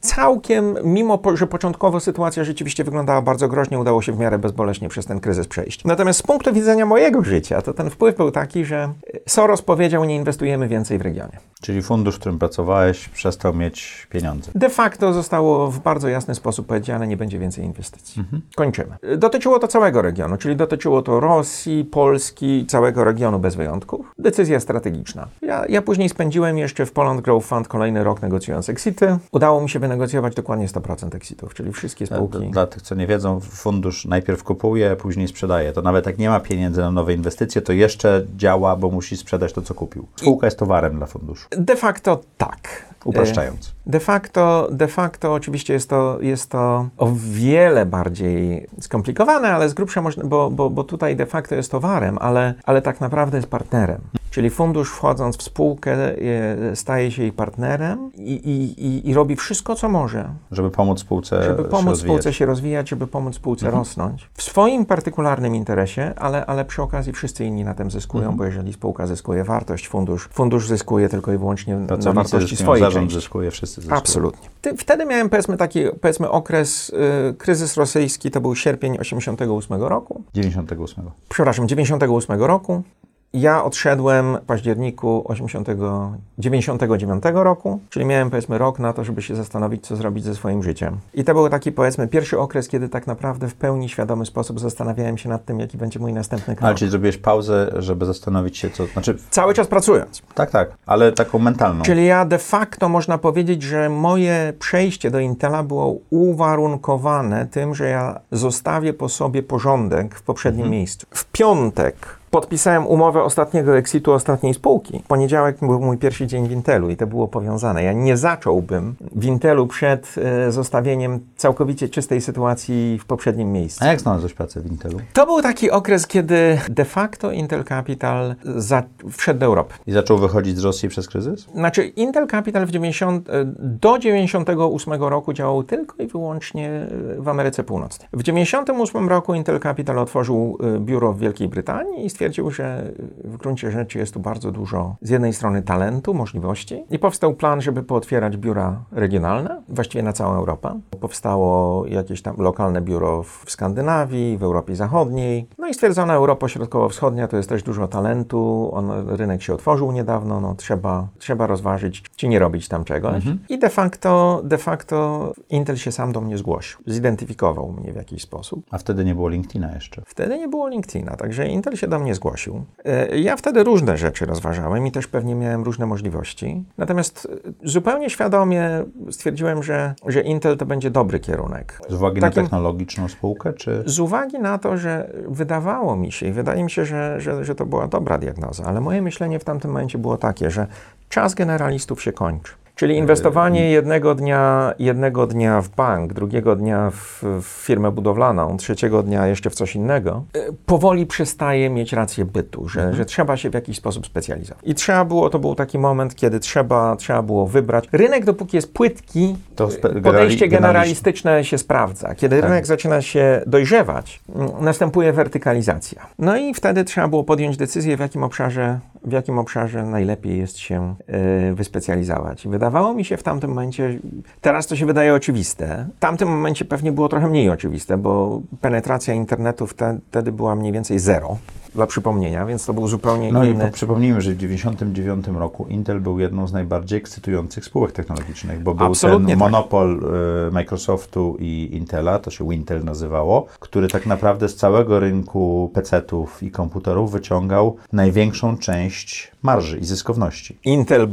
całkiem, mimo po, że początkowo sytuacja rzeczywiście wyglądała bardzo groźnie, udało się w miarę bezboleśnie przez ten kryzys przejść. Natomiast z punktu widzenia mojego życia, to ten wpływ był taki, że Soros powiedział, nie inwestujemy więcej w regionie. Czyli fundusz, w którym pracowałeś, przestał mieć pieniądze. De facto zostało w bardzo jasny sposób powiedziane, nie będzie więcej inwestycji. Mhm. Kończymy. Dotyczyło to całego regionu, czyli dotyczyło to Rosji, Polski, całego regionu bez wyjątków. Decyzja strategiczna. Ja, ja później spędziłem jeszcze w Poland Growth Fund kolejny rok negocjując exity. Udało mi się wynegocjować dokładnie sto procent exitów, czyli wszystkie spółki. Dla, dla tych, co nie wiedzą, fundusz najpierw kupuje, później sprzedaje. To nawet jak nie ma pieniędzy na nowe inwestycje, to jeszcze działa, bo musi sprzedać to, co kupił. Spółka jest towarem dla funduszu. De facto tak. Upraszczając. De facto, de facto oczywiście jest to, jest to o wiele bardziej skomplikowane, ale z grubsza można, bo, bo, bo tutaj de facto jest towarem, ale, ale tak naprawdę jest partnerem. Czyli fundusz, wchodząc w spółkę, staje się jej partnerem i, i, i, i robi wszystko, co może. Żeby pomóc spółce Żeby się pomóc rozwijać. spółce się rozwijać, żeby pomóc spółce Mhm. rosnąć. W swoim partykularnym interesie, ale, ale przy okazji wszyscy inni na tym zyskują, mhm. bo jeżeli spółka zyskuje wartość, fundusz, fundusz zyskuje tylko i wyłącznie na wartości zyskują, swojej zarząd części. zyskuje, wszyscy zyskują. Absolutnie. Ty, wtedy miałem powiedzmy taki powiedzmy okres, y, kryzys rosyjski, to był sierpień osiemdziesiątego ósmego roku. dziewięćdziesiątego ósmego. Przepraszam, dziewięćdziesiątego ósmego roku. Ja odszedłem w październiku osiemdziesiątego, dziewięćdziesiątego dziewiątego roku, czyli miałem powiedzmy rok na to, żeby się zastanowić, co zrobić ze swoim życiem. I to był taki powiedzmy pierwszy okres, kiedy tak naprawdę w pełni świadomy sposób zastanawiałem się nad tym, jaki będzie mój następny krok. Ale czyli zrobiłeś pauzę, żeby zastanowić się, co... Znaczy... Cały czas pracując. Tak, tak, ale taką mentalną. Czyli ja de facto można powiedzieć, że moje przejście do Intela było uwarunkowane tym, że ja zostawię po sobie porządek w poprzednim mhm. miejscu. W piątek podpisałem umowę ostatniego exitu ostatniej spółki. W poniedziałek był mój pierwszy dzień w Intelu i to było powiązane. Ja nie zacząłbym w Intelu przed e, zostawieniem całkowicie czystej sytuacji w poprzednim miejscu. A jak znalazłeś pracę w Intelu? To był taki okres, kiedy de facto Intel Capital za, wszedł do Europy. I zaczął wychodzić z Rosji przez kryzys? Znaczy Intel Capital w dziewięćdziesiątym, do dziewięćdziesiątego ósmego roku działał tylko i wyłącznie w Ameryce Północnej. W dziewięćdziesiątym ósmym roku Intel Capital otworzył biuro w Wielkiej Brytanii i stwierdził, że w gruncie rzeczy jest tu bardzo dużo z jednej strony talentu, możliwości i powstał plan, żeby pootwierać biura regionalne, właściwie na całą Europę. Powstało jakieś tam lokalne biuro w Skandynawii, w Europie Zachodniej. No i stwierdzono, Europa Środkowo-Wschodnia to jest też dużo talentu, on, rynek się otworzył niedawno, no trzeba, trzeba rozważyć, czy nie robić tam czegoś. Mhm. I de facto, de facto Intel się sam do mnie zgłosił, zidentyfikował mnie w jakiś sposób. A wtedy nie było LinkedIna jeszcze? Wtedy nie było LinkedIna, także Intel się do mnie zgłosił. Ja wtedy różne rzeczy rozważałem i też pewnie miałem różne możliwości. Natomiast zupełnie świadomie stwierdziłem, że, że Intel to będzie dobry kierunek. Z uwagi Takim, na technologiczną spółkę, czy? Z uwagi na to, że wydawało mi się i wydaje mi się, że, że, że to była dobra diagnoza, ale moje myślenie w tamtym momencie było takie, że czas generalistów się kończy. Czyli inwestowanie jednego dnia, jednego dnia w bank, drugiego dnia w, w firmę budowlaną, trzeciego dnia jeszcze w coś innego, powoli przestaje mieć rację bytu, że, mhm. że trzeba się w jakiś sposób specjalizować. I trzeba było, to był taki moment, kiedy trzeba, trzeba było wybrać. Rynek, dopóki jest płytki, to spe- podejście generalistyczne się sprawdza. Kiedy tak. rynek zaczyna się dojrzewać, następuje wertykalizacja. No i wtedy trzeba było podjąć decyzję, w jakim obszarze, w jakim obszarze najlepiej jest się yy, wyspecjalizować. Wydawało mi się w tamtym momencie, teraz to się wydaje oczywiste, w tamtym momencie pewnie było trochę mniej oczywiste, bo penetracja internetu wtedy była mniej więcej zero, dla przypomnienia, więc to był zupełnie no inny... No i przypomnijmy, że w dziewięćdziesiątym dziewiątym roku Intel był jedną z najbardziej ekscytujących spółek technologicznych, bo był Absolutnie ten tak. monopol y, Microsoftu i Intela, to się Wintel nazywało, który tak naprawdę z całego rynku pecetów i komputerów wyciągał największą część marży i zyskowności. Intel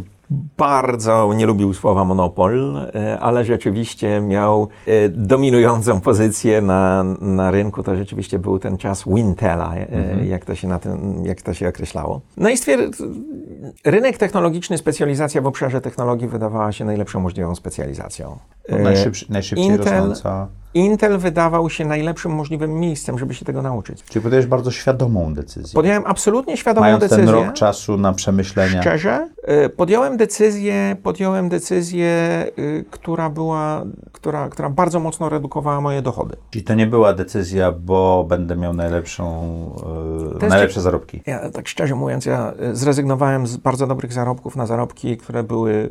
bardzo nie lubił słowa monopol, ale rzeczywiście miał dominującą pozycję na, na rynku. To rzeczywiście był ten czas Wintela, mhm. jak, to się na tym, jak to się określało. No i stwierd... rynek technologiczny, specjalizacja w obszarze technologii wydawała się najlepszą możliwą specjalizacją. No, najszybszy, najszybciej Intel, rosnąca... Intel wydawał się najlepszym możliwym miejscem, żeby się tego nauczyć. Czyli podjąłeś bardzo świadomą decyzję. Podjąłem absolutnie świadomą Mając decyzję. Mając ten rok czasu na przemyślenia. Szczerze, podjąłem decyzję, podjąłem decyzję, która była, która, która bardzo mocno redukowała moje dochody. Czyli to nie była decyzja, bo będę miał najlepszą, yy, najlepsze ci... zarobki. Ja tak szczerze mówiąc, ja zrezygnowałem z bardzo dobrych zarobków na zarobki, które były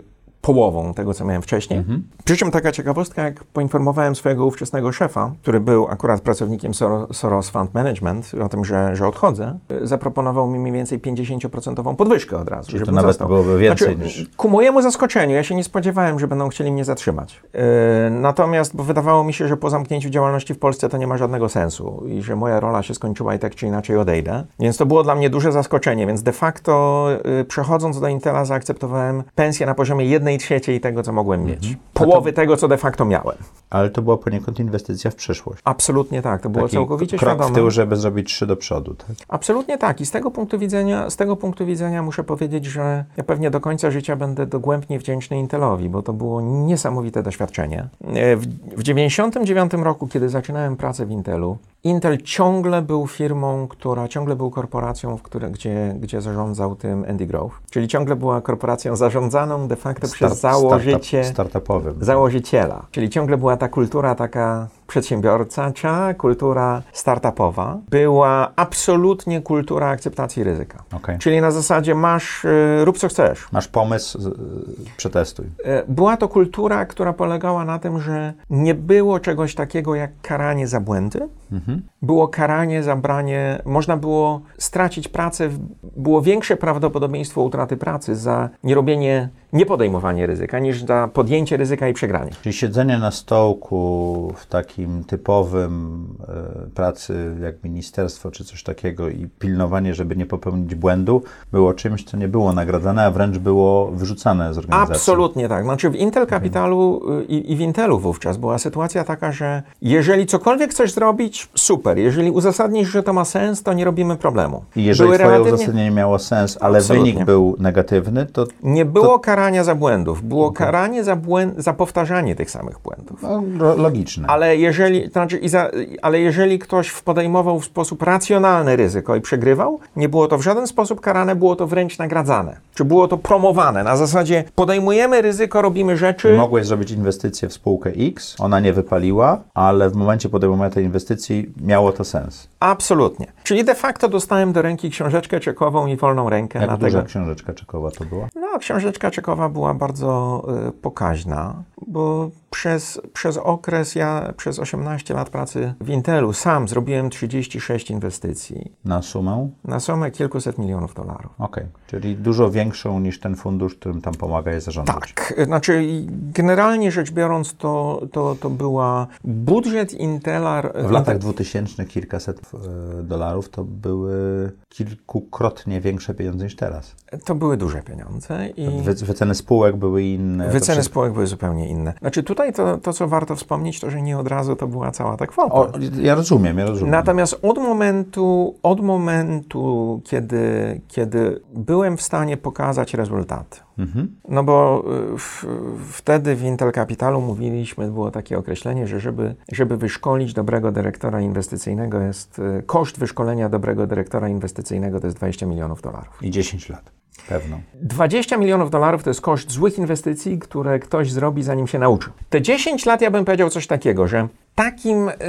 połową tego, co miałem wcześniej. Mhm. Przy czym taka ciekawostka, jak poinformowałem swojego ówczesnego szefa, który był akurat pracownikiem Sor- Soros Fund Management, o tym, że, że odchodzę, zaproponował mi mniej więcej pięćdziesiąt procent podwyżkę od razu. Czyli to nawet został. Byłoby więcej znaczy, niż... Ku mojemu zaskoczeniu, ja się nie spodziewałem, że będą chcieli mnie zatrzymać. Yy, natomiast, bo wydawało mi się, że po zamknięciu działalności w Polsce to nie ma żadnego sensu i że moja rola się skończyła i tak czy inaczej odejdę. Więc to było dla mnie duże zaskoczenie, więc de facto yy, przechodząc do Intela zaakceptowałem pensję na poziomie jednej trzeciej tego, co mogłem mieć. Mhm. Połowy to... tego, co de facto miałem. Ale to była poniekąd inwestycja w przyszłość. Absolutnie tak, to było Taki całkowicie krok świadome. w tył, żeby zrobić trzy do przodu. Tak? Absolutnie tak i z tego punktu widzenia, z tego punktu widzenia muszę powiedzieć, że ja pewnie do końca życia będę dogłębnie wdzięczny Intelowi, bo to było niesamowite doświadczenie. W, w dziewięćdziesiątym dziewiątym roku, kiedy zaczynałem pracę w Intelu, Intel ciągle był firmą, która ciągle był korporacją, w które, gdzie, gdzie zarządzał tym Andy Grove. Czyli ciągle była korporacją zarządzaną de facto Start, przez założycie, startup, startupowym. założyciela. Czyli ciągle była ta kultura taka przedsiębiorcza, kultura startupowa. Była absolutnie kultura akceptacji ryzyka. Okay. Czyli na zasadzie masz, y, rób co chcesz. Masz pomysł, y, przetestuj. Y, była to kultura, która polegała na tym, że nie było czegoś takiego jak karanie za błędy. Mhm. Było karanie za branie, można było stracić pracę, było większe prawdopodobieństwo utraty pracy za nierobienie, niepodejmowanie ryzyka, niż za podjęcie ryzyka i przegranie. Czyli siedzenie na stołku w takim typowym e, pracy jak ministerstwo czy coś takiego i pilnowanie, żeby nie popełnić błędu, było czymś, co nie było nagradzane, a wręcz było wyrzucane z organizacji. Absolutnie tak. Znaczy w Intel Capitalu okay. i, i w Intelu wówczas była sytuacja taka, że jeżeli cokolwiek chcesz zrobić, super. Jeżeli uzasadnisz, że to ma sens, to nie robimy problemu. I jeżeli Były twoje relatywnie... uzasadnienie miało sens, ale Absolutnie. wynik był negatywny, to... Nie było to... karania za błędów. Było okay. karanie za, błęd... za powtarzanie tych samych błędów. No, logiczne. Ale jeżeli, to znaczy i za, ale jeżeli ktoś podejmował w sposób racjonalny ryzyko i przegrywał, nie było to w żaden sposób karane, było to wręcz nagradzane. Czy było to promowane. Na zasadzie podejmujemy ryzyko, robimy rzeczy... Mogłeś zrobić inwestycję w spółkę X, ona nie wypaliła, ale w momencie podejmowania tej inwestycji miało to sens. Absolutnie. Czyli de facto dostałem do ręki książeczkę czekową i wolną rękę. Jak na duża tego. książeczka czekowa to była? No, książeczka czekowa była bardzo y, pokaźna, bo przez, przez okres, ja przez osiemnaście lat pracy w Intelu sam zrobiłem trzydzieści sześć inwestycji. Na sumę? Na sumę kilkuset milionów dolarów. Okej, okay. Czyli dużo większą niż ten fundusz, którym tam pomaga je zarządzać. Tak, znaczy generalnie rzecz biorąc to, to, to była budżet Intela... W latach dwutysięcznych kilkaset e, dolarów to były kilkukrotnie większe pieniądze niż teraz. To były duże pieniądze. I Wy, wyceny spółek były inne. Wyceny wszystko... spółek były zupełnie inne. Znaczy tutaj to, to, co warto wspomnieć, to, że nie od razu to była cała ta kwota. O, ja rozumiem, ja rozumiem. Natomiast od momentu, od momentu kiedy, kiedy byłem w stanie pokazać rezultaty, mhm. no bo w, wtedy w Intel Capitalu mówiliśmy, było takie określenie, że żeby, żeby wyszkolić dobrego dyrektora inwestycyjnego jest, koszt wyszkolenia dobrego dyrektora inwestycyjnego to jest dwadzieścia milionów dolarów. I dziesięć lat. Pewno. dwadzieścia milionów dolarów to jest koszt złych inwestycji, które ktoś zrobi, zanim się nauczy. Te dziesięć lat ja bym powiedział coś takiego, że takim ym,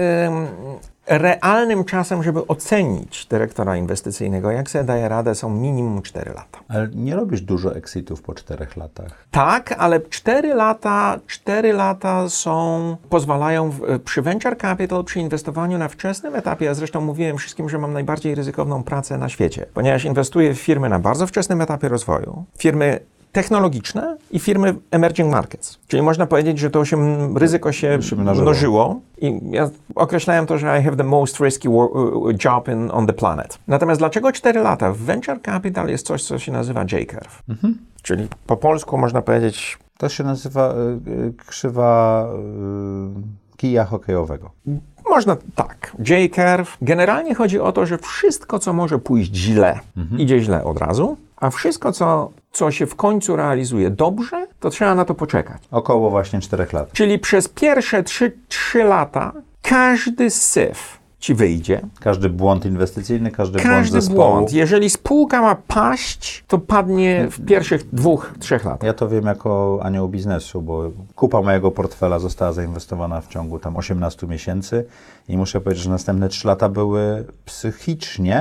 realnym czasem, żeby ocenić dyrektora inwestycyjnego, jak sobie daje radę, są minimum cztery lata. Ale nie robisz dużo exitów po czterech latach. Tak, ale cztery lata, cztery lata są, pozwalają w, przy venture capital, przy inwestowaniu na wczesnym etapie, ja zresztą mówiłem wszystkim, że mam najbardziej ryzykowną pracę na świecie, ponieważ inwestuję w firmy na bardzo wczesnym etapie rozwoju, firmy technologiczne i firmy emerging markets. Czyli można powiedzieć, że to się, ryzyko się mnożyło i ja określałem to, że I have the most risky job in, on the planet. Natomiast dlaczego cztery lata? W venture capital jest coś, co się nazywa J-curve. Mhm. Czyli po polsku można powiedzieć... To się nazywa y, y, krzywa y, kija hokejowego. Można tak. J-curve. Generalnie chodzi o to, że wszystko, co może pójść źle, mhm. idzie źle od razu, a wszystko, co, co się w końcu realizuje dobrze, to trzeba na to poczekać. Około właśnie czterech lat. Czyli przez pierwsze trzy lata każdy syf ci wyjdzie. Każdy błąd inwestycyjny, każdy, każdy błąd zespołu. błąd. Jeżeli spółka ma paść, to padnie w pierwszych dwóch, trzech latach. Ja to wiem jako anioł biznesu, bo kupa mojego portfela została zainwestowana w ciągu tam osiemnastu miesięcy i muszę powiedzieć, że następne trzy lata były psychicznie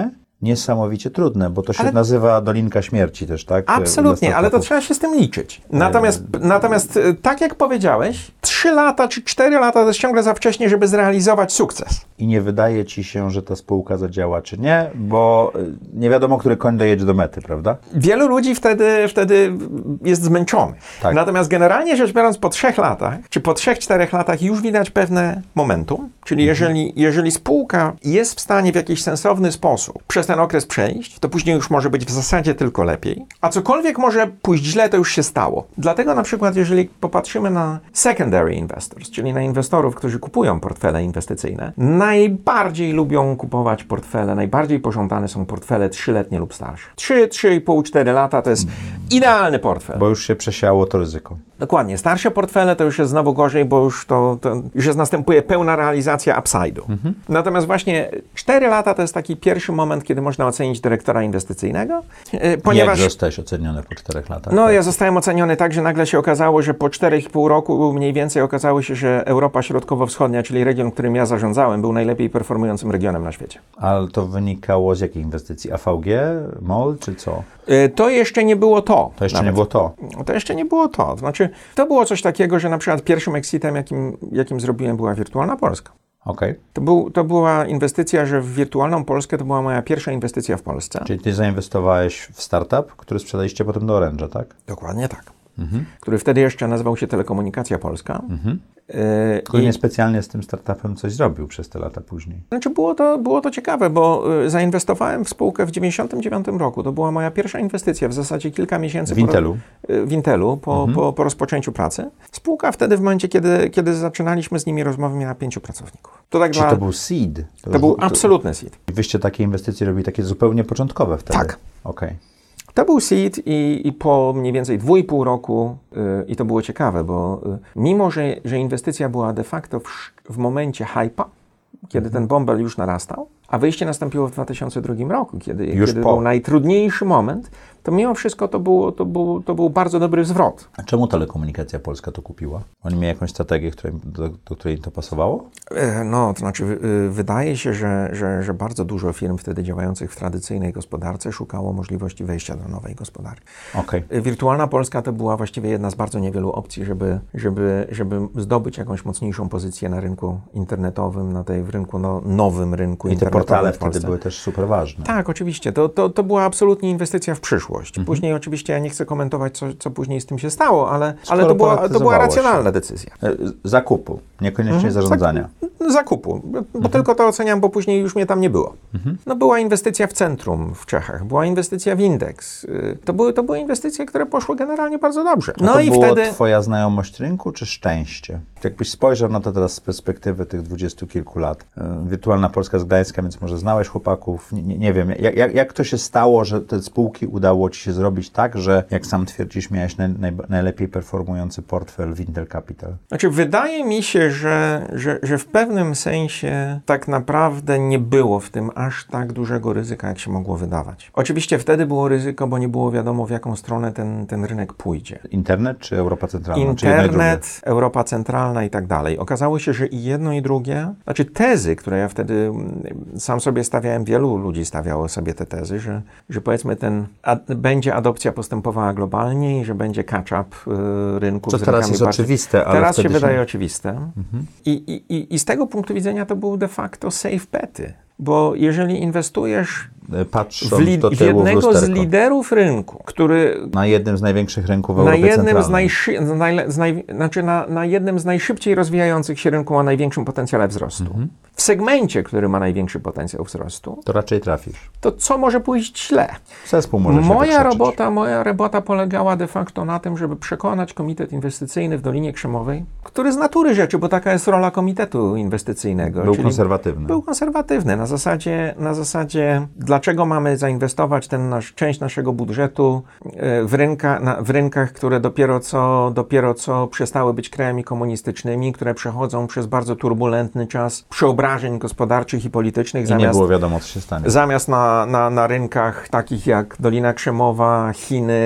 niesamowicie trudne, bo to się Ale... nazywa Dolinka Śmierci też, tak? Absolutnie, ale to trzeba się z tym liczyć. Natomiast, e... natomiast tak jak powiedziałeś, trzy lata czy cztery lata to jest ciągle za wcześnie, żeby zrealizować sukces. I nie wydaje ci się, że ta spółka zadziała, czy nie, bo nie wiadomo, który koń dojedzie do mety, prawda? Wielu ludzi wtedy, wtedy jest zmęczonych. Tak. Natomiast generalnie rzecz biorąc po trzech latach, czy po trzech, czterech latach już widać pewne momentum, czyli Mhm. jeżeli, jeżeli spółka jest w stanie w jakiś sensowny sposób przez ten okres przejść, to później już może być w zasadzie tylko lepiej, a cokolwiek może pójść źle, to już się stało. Dlatego na przykład jeżeli popatrzymy na secondary investors, czyli na inwestorów, którzy kupują portfele inwestycyjne, najbardziej lubią kupować portfele, najbardziej pożądane są portfele trzyletnie lub starsze. trzy, trzy i pół, cztery lata to jest idealny portfel. Bo już się przesiało to ryzyko. Dokładnie. Starsze portfele to już jest znowu gorzej, bo już to, to już jest, następuje pełna realizacja upside'u. Mhm. Natomiast właśnie cztery lata to jest taki pierwszy moment, kiedy można ocenić dyrektora inwestycyjnego, yy, ponieważ... Jak zostałeś oceniony po czterech latach? No tak? ja zostałem oceniony tak, że nagle się okazało, że po czterech i pół roku mniej więcej okazało się, że Europa Środkowo-Wschodnia, czyli region, którym ja zarządzałem, był najlepiej performującym regionem na świecie. Ale to wynikało z jakiej inwestycji? A V G, M O L czy co? Yy, to jeszcze nie było to. To jeszcze nawet. nie było to. To jeszcze nie było to. Znaczy, to było coś takiego, że na przykład pierwszym exitem, jakim, jakim zrobiłem, była Wirtualna Polska. Okej. Okay. To, był, to była inwestycja, że w Wirtualną Polskę to była moja pierwsza inwestycja w Polsce. Czyli ty zainwestowałeś w startup, który sprzedaliście potem do Orange'a, tak? Dokładnie tak. Mhm. Który wtedy jeszcze nazywał się Telekomunikacja Polska. Mhm. Yy, Który i... niespecjalnie z tym startupem coś zrobił przez te lata później. Znaczy było to, było to ciekawe, bo y, zainwestowałem w spółkę w dziewięćdziesiątym dziewiątym roku. To była moja pierwsza inwestycja, w zasadzie kilka miesięcy W Intelu? Po, y, w Intelu, po, mhm. po, po rozpoczęciu pracy. Spółka wtedy w momencie, kiedy, kiedy zaczynaliśmy z nimi rozmowy, miała pięciu pracowników. To tak Czy dla... to był seed? To, to był absolutny seed. I wyście takie inwestycje robili takie zupełnie początkowe wtedy? Tak. Okej. Okay. To był seed i, i po mniej więcej dwu i pół roku, yy, i to było ciekawe, bo yy, mimo, że, że inwestycja była de facto w, w momencie hype'a, kiedy ten bąbel już narastał, a wyjście nastąpiło w dwa tysiące drugim roku, kiedy, kiedy był najtrudniejszy moment, to mimo wszystko to, było, to, był, to był bardzo dobry zwrot. A czemu Telekomunikacja Polska to kupiła? Oni mieli jakąś strategię, której, do, do której to pasowało? No, to znaczy y, wydaje się, że, że, że bardzo dużo firm wtedy działających w tradycyjnej gospodarce szukało możliwości wejścia do nowej gospodarki. Okay. Wirtualna Polska to była właściwie jedna z bardzo niewielu opcji, żeby, żeby, żeby zdobyć jakąś mocniejszą pozycję na rynku internetowym, na tej w rynku no, nowym rynku I internetowym. I te portale wtedy były też super ważne. Tak, oczywiście. To, to, to była absolutnie inwestycja w przyszłość. Mhm. Później oczywiście ja nie chcę komentować, co, co później z tym się stało, ale, ale to, była, to była racjonalna się. decyzja. Zakupu, niekoniecznie mhm. zarządzania. Zakupu, bo mhm. tylko to oceniam, bo później już mnie tam nie było. Mhm. No była inwestycja w centrum w Czechach, była inwestycja w indeks. To były, to były inwestycje, które poszły generalnie bardzo dobrze. No, no to i było wtedy twoja znajomość rynku, czy szczęście? Jakbyś spojrzał na to teraz z perspektywy tych dwudziestu kilku lat. Wirtualna Polska z Gdańska, więc może znałeś chłopaków, nie, nie wiem, jak, jak, jak to się stało, że te spółki udało ci się zrobić tak, że jak sam twierdzisz, miałeś naj, naj, najlepiej performujący portfel w Intel Capital? Znaczy, wydaje mi się, że, że, że w pewnym sensie tak naprawdę nie było w tym aż tak dużego ryzyka, jak się mogło wydawać. Oczywiście wtedy było ryzyko, bo nie było wiadomo, w jaką stronę ten, ten rynek pójdzie. Internet czy Europa Centralna? Internet, Europa Centralna i tak dalej. Okazało się, że i jedno i drugie, znaczy tezy, które ja wtedy sam sobie stawiałem, wielu ludzi stawiało sobie te tezy, że, że powiedzmy ten ad, będzie adopcja postępowała globalnie i że będzie catch-up y, rynku. To teraz jest bardzo, oczywiste, ale teraz się wydaje się... oczywiste. Mhm. I, i, I z tego punktu widzenia to był de facto safe bety. Bo jeżeli inwestujesz Patrząc w, li- do w tyłu jednego w z liderów rynku, który... Na jednym z największych rynków w na Europie jednym Centralnej. z najszy- z najle- z naj- znaczy na, na jednym z najszybciej rozwijających się rynku ma największym potencjale wzrostu. Mhm. W segmencie, który ma największy potencjał wzrostu, to raczej trafisz. To co może pójść źle? Zespół może się moja robota, moja robota polegała de facto na tym, żeby przekonać komitet inwestycyjny w Dolinie Krzemowej, który z natury rzeczy, bo taka jest rola komitetu inwestycyjnego. Był konserwatywny. Był konserwatywny. Na zasadzie, na zasadzie dlaczego mamy zainwestować ten nasz, część naszego budżetu w, rynka, na, w rynkach, które dopiero co, dopiero co przestały być krajami komunistycznymi, które przechodzą przez bardzo turbulentny czas przeobrażeń gospodarczych i politycznych. I zamiast, nie było wiadomo, co się stanie. Zamiast na, na, na rynkach takich jak Dolina Krzemowa, Chiny,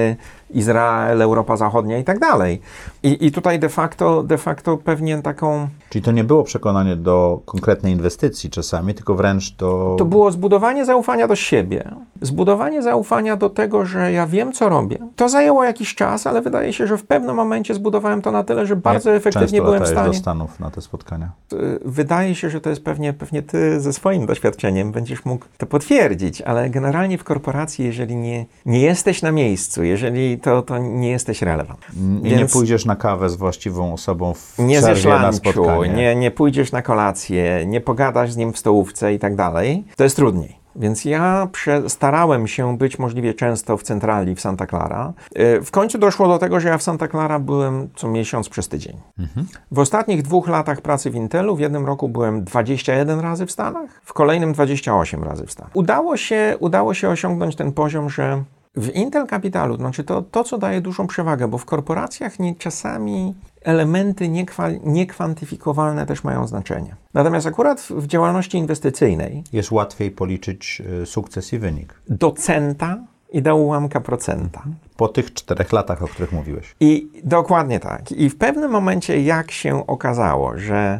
Izrael, Europa Zachodnia i tak dalej. I, i tutaj de facto, de facto pewnie taką... Czyli to nie było przekonanie do konkretnej inwestycji czasami, tylko wręcz do... To było zbudowanie zaufania do siebie, zbudowanie zaufania do tego, że ja wiem, co robię. To zajęło jakiś czas, ale wydaje się, że w pewnym momencie zbudowałem to na tyle, że bardzo Jak efektywnie byłem w stanie... do Stanów na te spotkania? Wydaje się, że to jest pewnie, pewnie ty ze swoim doświadczeniem będziesz mógł to potwierdzić, ale generalnie w korporacji, jeżeli nie, nie jesteś na miejscu, jeżeli to, to nie jesteś relevant. I Więc nie pójdziesz na kawę z właściwą osobą w nie przerwie na lunchu, spotkanie. Nie, nie pójdziesz na kolację, nie pogadasz z nim w stołówce i tak dalej, to jest trudniej. Więc ja prze- starałem się być możliwie często w centrali w Santa Clara. Yy, w końcu doszło do tego, że ja w Santa Clara byłem co miesiąc przez tydzień. Mhm. W ostatnich dwóch latach pracy w Intelu w jednym roku byłem dwadzieścia jeden razy w Stanach, w kolejnym dwadzieścia osiem razy w Stanach. Udało się, udało się osiągnąć ten poziom, że w Intel Capitalu, znaczy to, to, co daje dużą przewagę, bo w korporacjach nie, czasami elementy niekwa- niekwantyfikowalne też mają znaczenie. Natomiast akurat w działalności inwestycyjnej jest łatwiej policzyć y, sukces i wynik. Do centa i do ułamka procenta. Po tych czterech latach, o których mówiłeś. I dokładnie tak. I w pewnym momencie, jak się okazało, że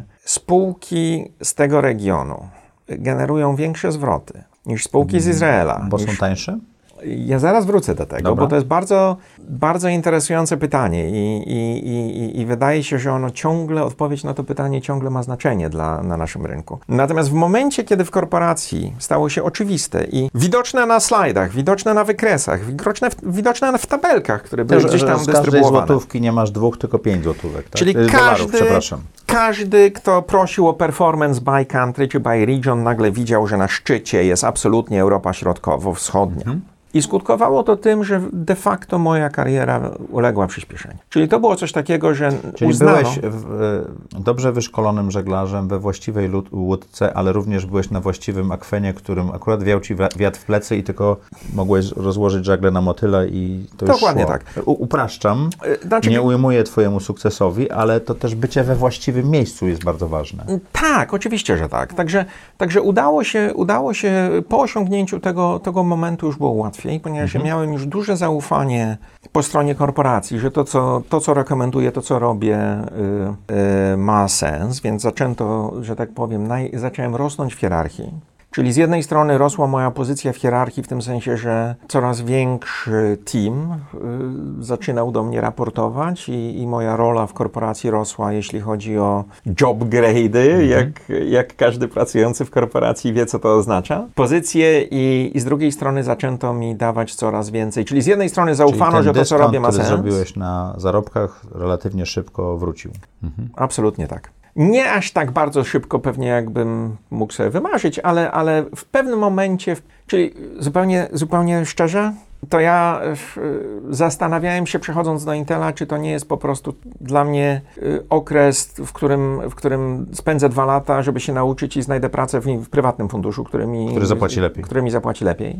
spółki z tego regionu generują większe zwroty niż spółki z Izraela. Bo niż... są tańsze? Ja zaraz wrócę do tego, Dobra. bo to jest bardzo, bardzo interesujące pytanie i, i, i, i wydaje się, że ono ciągle, odpowiedź na to pytanie ciągle ma znaczenie dla, na naszym rynku. Natomiast w momencie, kiedy w korporacji stało się oczywiste i widoczne na slajdach, widoczne na wykresach, widoczne w, widoczne w tabelkach, które były że, gdzieś tam że z każdej dystrybuowane. złotówki nie masz dwóch, tylko pięć złotówek. Tak? Czyli Dolarów, każdy, przepraszam. każdy, kto prosił o performance by country czy by region, nagle widział, że na szczycie jest absolutnie Europa Środkowo-Wschodnia. Mhm. I skutkowało to tym, że de facto moja kariera uległa przyspieszeniu. Czyli to było coś takiego, że Czyli uznano... byłeś w, dobrze wyszkolonym żeglarzem we właściwej lód- łódce, ale również byłeś na właściwym akwenie, którym akurat wiał ci wiatr w plecy i tylko mogłeś rozłożyć żagle na motyle i to już Dokładnie szło. tak. U, upraszczam, Znaczy... nie ujmuję twojemu sukcesowi, ale to też bycie we właściwym miejscu jest bardzo ważne. Tak, oczywiście, że tak. Także, także udało się, udało się po osiągnięciu tego, tego momentu już było łatwiej, ponieważ mhm. miałem już duże zaufanie po stronie korporacji, że to, co, to, co rekomenduję, to, co robię, yy, yy, ma sens, więc zaczęto, że tak powiem, naj, zacząłem rosnąć w hierarchii. Czyli z jednej strony rosła moja pozycja w hierarchii w tym sensie, że coraz większy team y, zaczynał do mnie raportować i, i moja rola w korporacji rosła, jeśli chodzi o job grade'y, mhm. jak, jak każdy pracujący w korporacji wie, co to oznacza. Pozycje i, i z drugiej strony zaczęto mi dawać coraz więcej. Czyli z jednej strony zaufano, że to, co robię, ma sens. Czyli ten dyskont, który zrobiłeś na zarobkach, relatywnie szybko wrócił. Mhm. Absolutnie tak. Nie aż tak bardzo szybko pewnie, jakbym mógł sobie wymarzyć, ale, ale w pewnym momencie, czyli zupełnie, zupełnie szczerze, to ja zastanawiałem się, przechodząc do Intela, czy to nie jest po prostu dla mnie okres, w którym, w którym spędzę dwa lata, żeby się nauczyć i znajdę pracę w, w prywatnym funduszu, który mi, który zapłaci lepiej. Który mi zapłaci lepiej.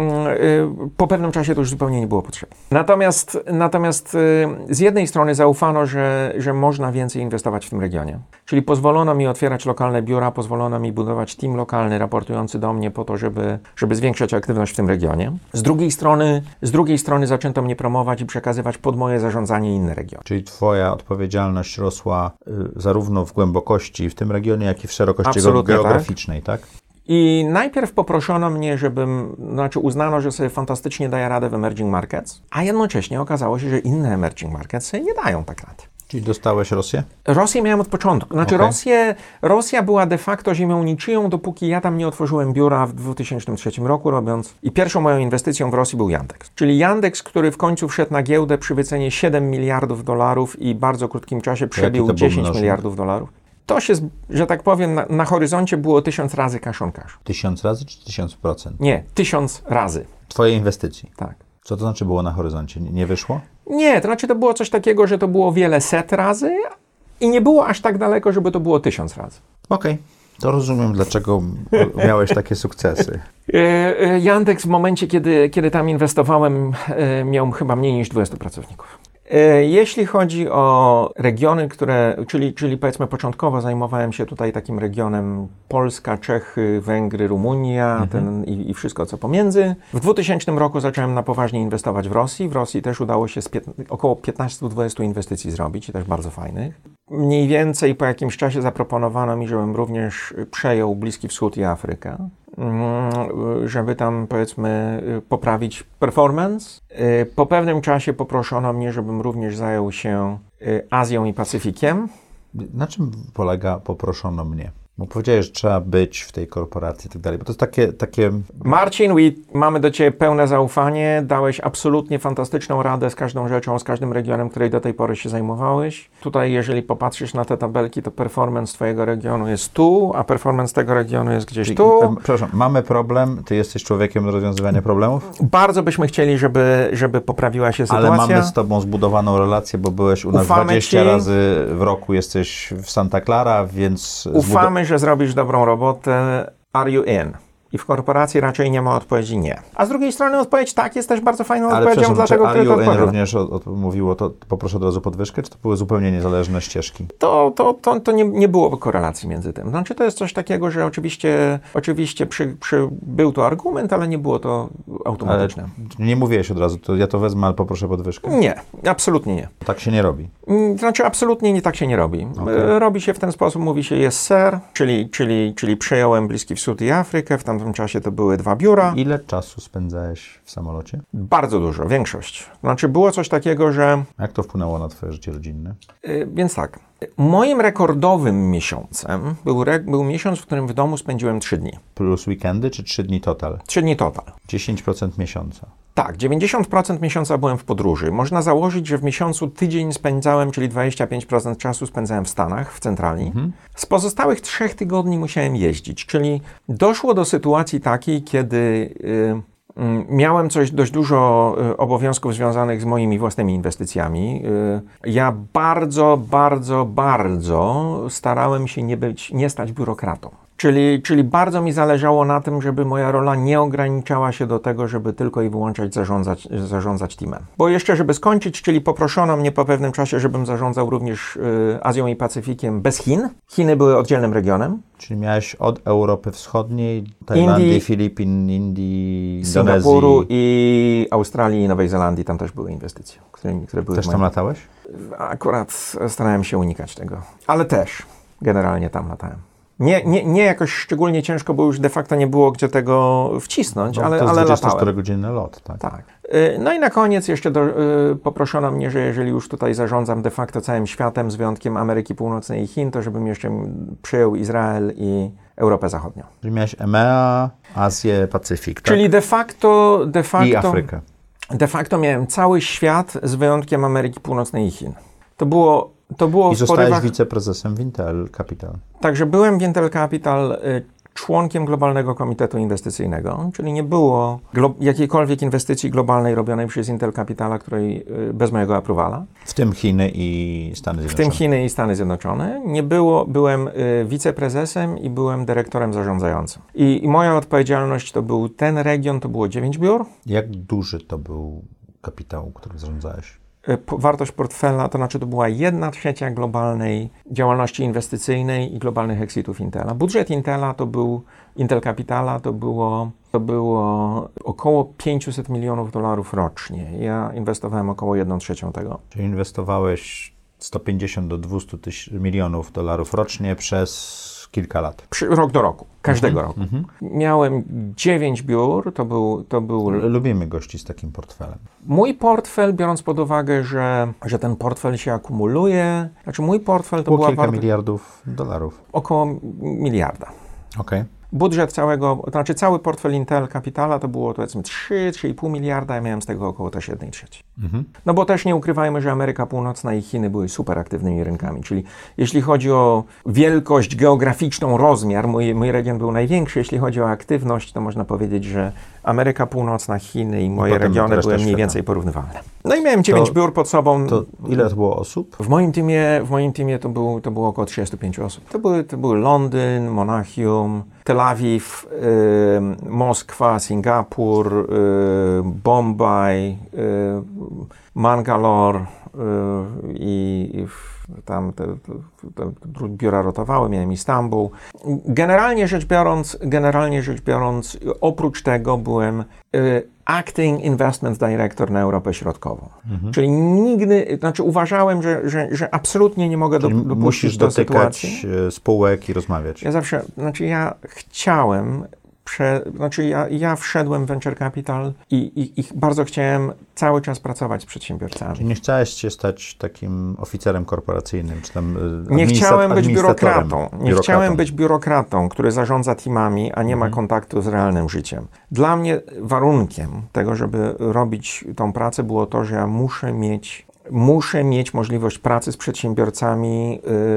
Po pewnym czasie to już zupełnie nie było potrzebne. Natomiast, natomiast z jednej strony zaufano, że, że można więcej inwestować w tym regionie. Czyli pozwolono mi otwierać lokalne biura, pozwolono mi budować team lokalny raportujący do mnie po to, żeby, żeby zwiększać aktywność w tym regionie. Z drugiej strony Z drugiej strony zaczęto mnie promować i przekazywać pod moje zarządzanie inne regiony. Czyli twoja odpowiedzialność rosła y, zarówno w głębokości w tym regionie, jak i w szerokości Absolutnie geograficznej, tak? tak? I najpierw poproszono mnie, żebym, znaczy uznano, że sobie fantastycznie daję radę w emerging markets, a jednocześnie okazało się, że inne emerging markets sobie nie dają tak rady. Czyli dostałeś Rosję? Rosję miałem od początku. Znaczy okay. Rosję, Rosja była de facto ziemią niczyją, dopóki ja tam nie otworzyłem biura w dwa tysiące trzecim roku robiąc. I pierwszą moją inwestycją w Rosji był Yandex. Czyli Yandex, który w końcu wszedł na giełdę przy wycenie siedem miliardów dolarów i w bardzo krótkim czasie przebił dziesięć miliardów dolarów. To się, że tak powiem, na, na horyzoncie było tysiąc razy cash on cash. Tysiąc razy czy tysiąc procent? Nie, tysiąc razy. Twojej inwestycji? Tak. Co to znaczy było na horyzoncie? Nie, nie wyszło? Nie, to znaczy to było coś takiego, że to było wiele set razy i nie było aż tak daleko, żeby to było tysiąc razy. Okej, okay. To rozumiem, dlaczego miałeś takie sukcesy. Yandex w momencie, kiedy, kiedy tam inwestowałem, miał chyba mniej niż dwudziestu pracowników. E, Jeśli chodzi o regiony, które, czyli, czyli powiedzmy początkowo zajmowałem się tutaj takim regionem Polska, Czechy, Węgry, Rumunia Mhm. ten, i, i wszystko co pomiędzy. W dwutysięcznym roku zacząłem na poważnie inwestować w Rosji. W Rosji też udało się z pięt, około piętnaście do dwudziestu inwestycji zrobić i też bardzo fajnych. Mniej więcej po jakimś czasie zaproponowano mi, żebym również przejął Bliski Wschód i Afrykę, żeby tam powiedzmy poprawić performance. Po pewnym czasie poproszono mnie, żebym również zajął się Azją i Pacyfikiem. Na czym polega poproszono mnie? Bo powiedziałeś, że trzeba być w tej korporacji i tak dalej, bo to jest takie... takie... Marcin, we, mamy do Ciebie pełne zaufanie, dałeś absolutnie fantastyczną radę z każdą rzeczą, z każdym regionem, której do tej pory się zajmowałeś. Tutaj, jeżeli popatrzysz na te tabelki, to performance Twojego regionu jest tu, a performance tego regionu jest gdzieś tu. E, Przepraszam, mamy problem, Ty jesteś człowiekiem do rozwiązywania problemów? Bardzo byśmy chcieli, żeby, żeby poprawiła się sytuacja. Ale mamy z Tobą zbudowaną relację, bo byłeś u nas Ufamy dwadzieścia ci. razy w roku, jesteś w Santa Clara, więc... Ufamy, że zrobisz dobrą robotę. Are you in? I w korporacji raczej nie ma odpowiedzi nie. A z drugiej strony odpowiedź tak jest też bardzo fajną Ale odpowiedzią dla tego, który to Are You In odpowiada. również od, od, mówiło, to poproszę od razu podwyżkę, czy to były zupełnie niezależne ścieżki? To, to, to, to nie, nie było korelacji między tym. Znaczy to jest coś takiego, że oczywiście, oczywiście przy, przy, był to argument, ale nie było to automatyczne. Ale nie mówiłeś od razu, to ja to wezmę, ale poproszę podwyżkę. Nie, absolutnie nie. Tak się nie robi. Mm, Znaczy absolutnie nie tak się nie robi. Okej. E, Robi się w ten sposób, mówi się yes sir, czyli, czyli, czyli przejąłem Bliski Wschód i Afrykę, w tamtym czasie to były dwa biura. Ile czasu spędzałeś w samolocie? Bardzo dużo, większość. Znaczy było coś takiego, że... Jak to wpłynęło na twoje życie rodzinne? y, Więc tak, moim rekordowym miesiącem był, re, był miesiąc, w którym w domu spędziłem trzy dni. Plus weekendy, czy trzy dni total? Trzy dni total. dziesięć procent miesiąca. Tak, dziewięćdziesiąt procent miesiąca byłem w podróży. Można założyć, że w miesiącu tydzień spędzałem, czyli dwadzieścia pięć procent czasu spędzałem w Stanach, w centrali. Mhm. Z pozostałych trzech tygodni musiałem jeździć, czyli doszło do sytuacji takiej, kiedy y, y, miałem coś dość dużo y, obowiązków związanych z moimi własnymi inwestycjami. Y, ja bardzo, bardzo, bardzo starałem się nie być, nie stać biurokratą. Czyli, czyli bardzo mi zależało na tym, żeby moja rola nie ograniczała się do tego, żeby tylko i wyłącznie zarządzać, zarządzać teamem. Bo jeszcze, żeby skończyć, czyli poproszono mnie po pewnym czasie, żebym zarządzał również y, Azją i Pacyfikiem bez Chin. Chiny były oddzielnym regionem. Czyli miałeś od Europy Wschodniej, Tajlandii, Indii, Filipin, Indii, Singapuru Indonezji. i Australii i Nowej Zelandii. Tam też były inwestycje, które, które były Też w tam moim... latałeś? Akurat starałem się unikać tego. Ale też generalnie tam latałem. Nie, nie, nie jakoś szczególnie ciężko, bo już de facto nie było gdzie tego wcisnąć, No, ale, to jest ale dwudziestocztery latałem. godzinny lot, tak? Tak. Y, No i na koniec jeszcze do, y, poproszono mnie, że jeżeli już tutaj zarządzam de facto całym światem, z wyjątkiem Ameryki Północnej i Chin, to żebym jeszcze przyjął Izrael i Europę Zachodnią. Czyli miałeś E M E A, Azję, Pacyfik, tak? Czyli de facto, de facto, I Afrykę. de facto miałem cały świat z wyjątkiem Ameryki Północnej i Chin. To było, to było I w zostałeś porywach... wiceprezesem w Intel Capital. Także byłem w Intel Capital y, członkiem Globalnego Komitetu Inwestycyjnego, czyli nie było glo- jakiejkolwiek inwestycji globalnej robionej przez Intel Capitala, której y, bez mojego apruwala. W tym Chiny i Stany W Zjednoczone. tym Chiny i Stany Zjednoczone. Nie było, byłem y, wiceprezesem i byłem dyrektorem zarządzającym. I, I moja odpowiedzialność to był ten region, to było dziewięć biur. Jak duży to był kapitał, którym zarządzałeś? Y, po- Wartość portfela, to znaczy to była jedna trzecia globalnej działalności inwestycyjnej i globalnych exitów Intela. Budżet Intela to był, Intel Capitala to było, to było około pięćset milionów dolarów rocznie. Ja inwestowałem około jedną trzecią tego. Czyli inwestowałeś sto pięćdziesiąt do dwustu tyś- milionów dolarów rocznie przez kilka lat. Przy, rok do roku, każdego roku. Mhm. Miałem dziewięć biur, to był, to był L- Lubimy gości z takim portfelem. mój portfel, biorąc pod uwagę, że, że ten portfel się akumuluje, znaczy mój portfel to Było była kilka wartość miliardów dolarów. około miliarda. Okej. Budżet całego, to znaczy cały portfel Intel Capitala to było powiedzmy trzy, trzy i pół miliarda, ja miałem z tego około też jednej trzeciej. Mhm. No bo też nie ukrywajmy, że Ameryka Północna i Chiny były super aktywnymi rynkami, czyli jeśli chodzi o wielkość geograficzną, rozmiar, mój, mój region był największy, jeśli chodzi o aktywność, to można powiedzieć, że Ameryka Północna, Chiny i moje potem regiony reszta były mniej świata. więcej porównywalne. No i miałem dziewięć To- biur pod sobą. To ile to było osób? W moim teamie, w moim teamie to, był, to było około trzydzieści pięć osób. To były, to były Londyn, Monachium, Tel Awiw, y, Moskwa, Singapur, y, Bombaj, y, Mangalore, yy, i w, tam te, te, te biura rotowały, miałem Istanbul. Generalnie rzecz biorąc, generalnie rzecz biorąc, oprócz tego byłem yy, Acting Investment Director na Europę Środkową. Mhm. Czyli nigdy, znaczy uważałem, że, że, że absolutnie nie mogę do, dopuścić musisz do dotykać sytuacji. spółek i rozmawiać. Ja zawsze, znaczy ja chciałem, prze, znaczy ja, ja wszedłem w Venture Capital i, i, i bardzo chciałem cały czas pracować z przedsiębiorcami. Czyli nie chciałeś się stać takim oficerem korporacyjnym, czy tam Nie chciałem być biurokratą. biurokratą. Nie chciałem być biurokratą, który zarządza teamami, a nie mhm. ma kontaktu z realnym życiem. Dla mnie warunkiem tego, żeby robić tą pracę, było to, że ja muszę mieć Muszę mieć możliwość pracy z przedsiębiorcami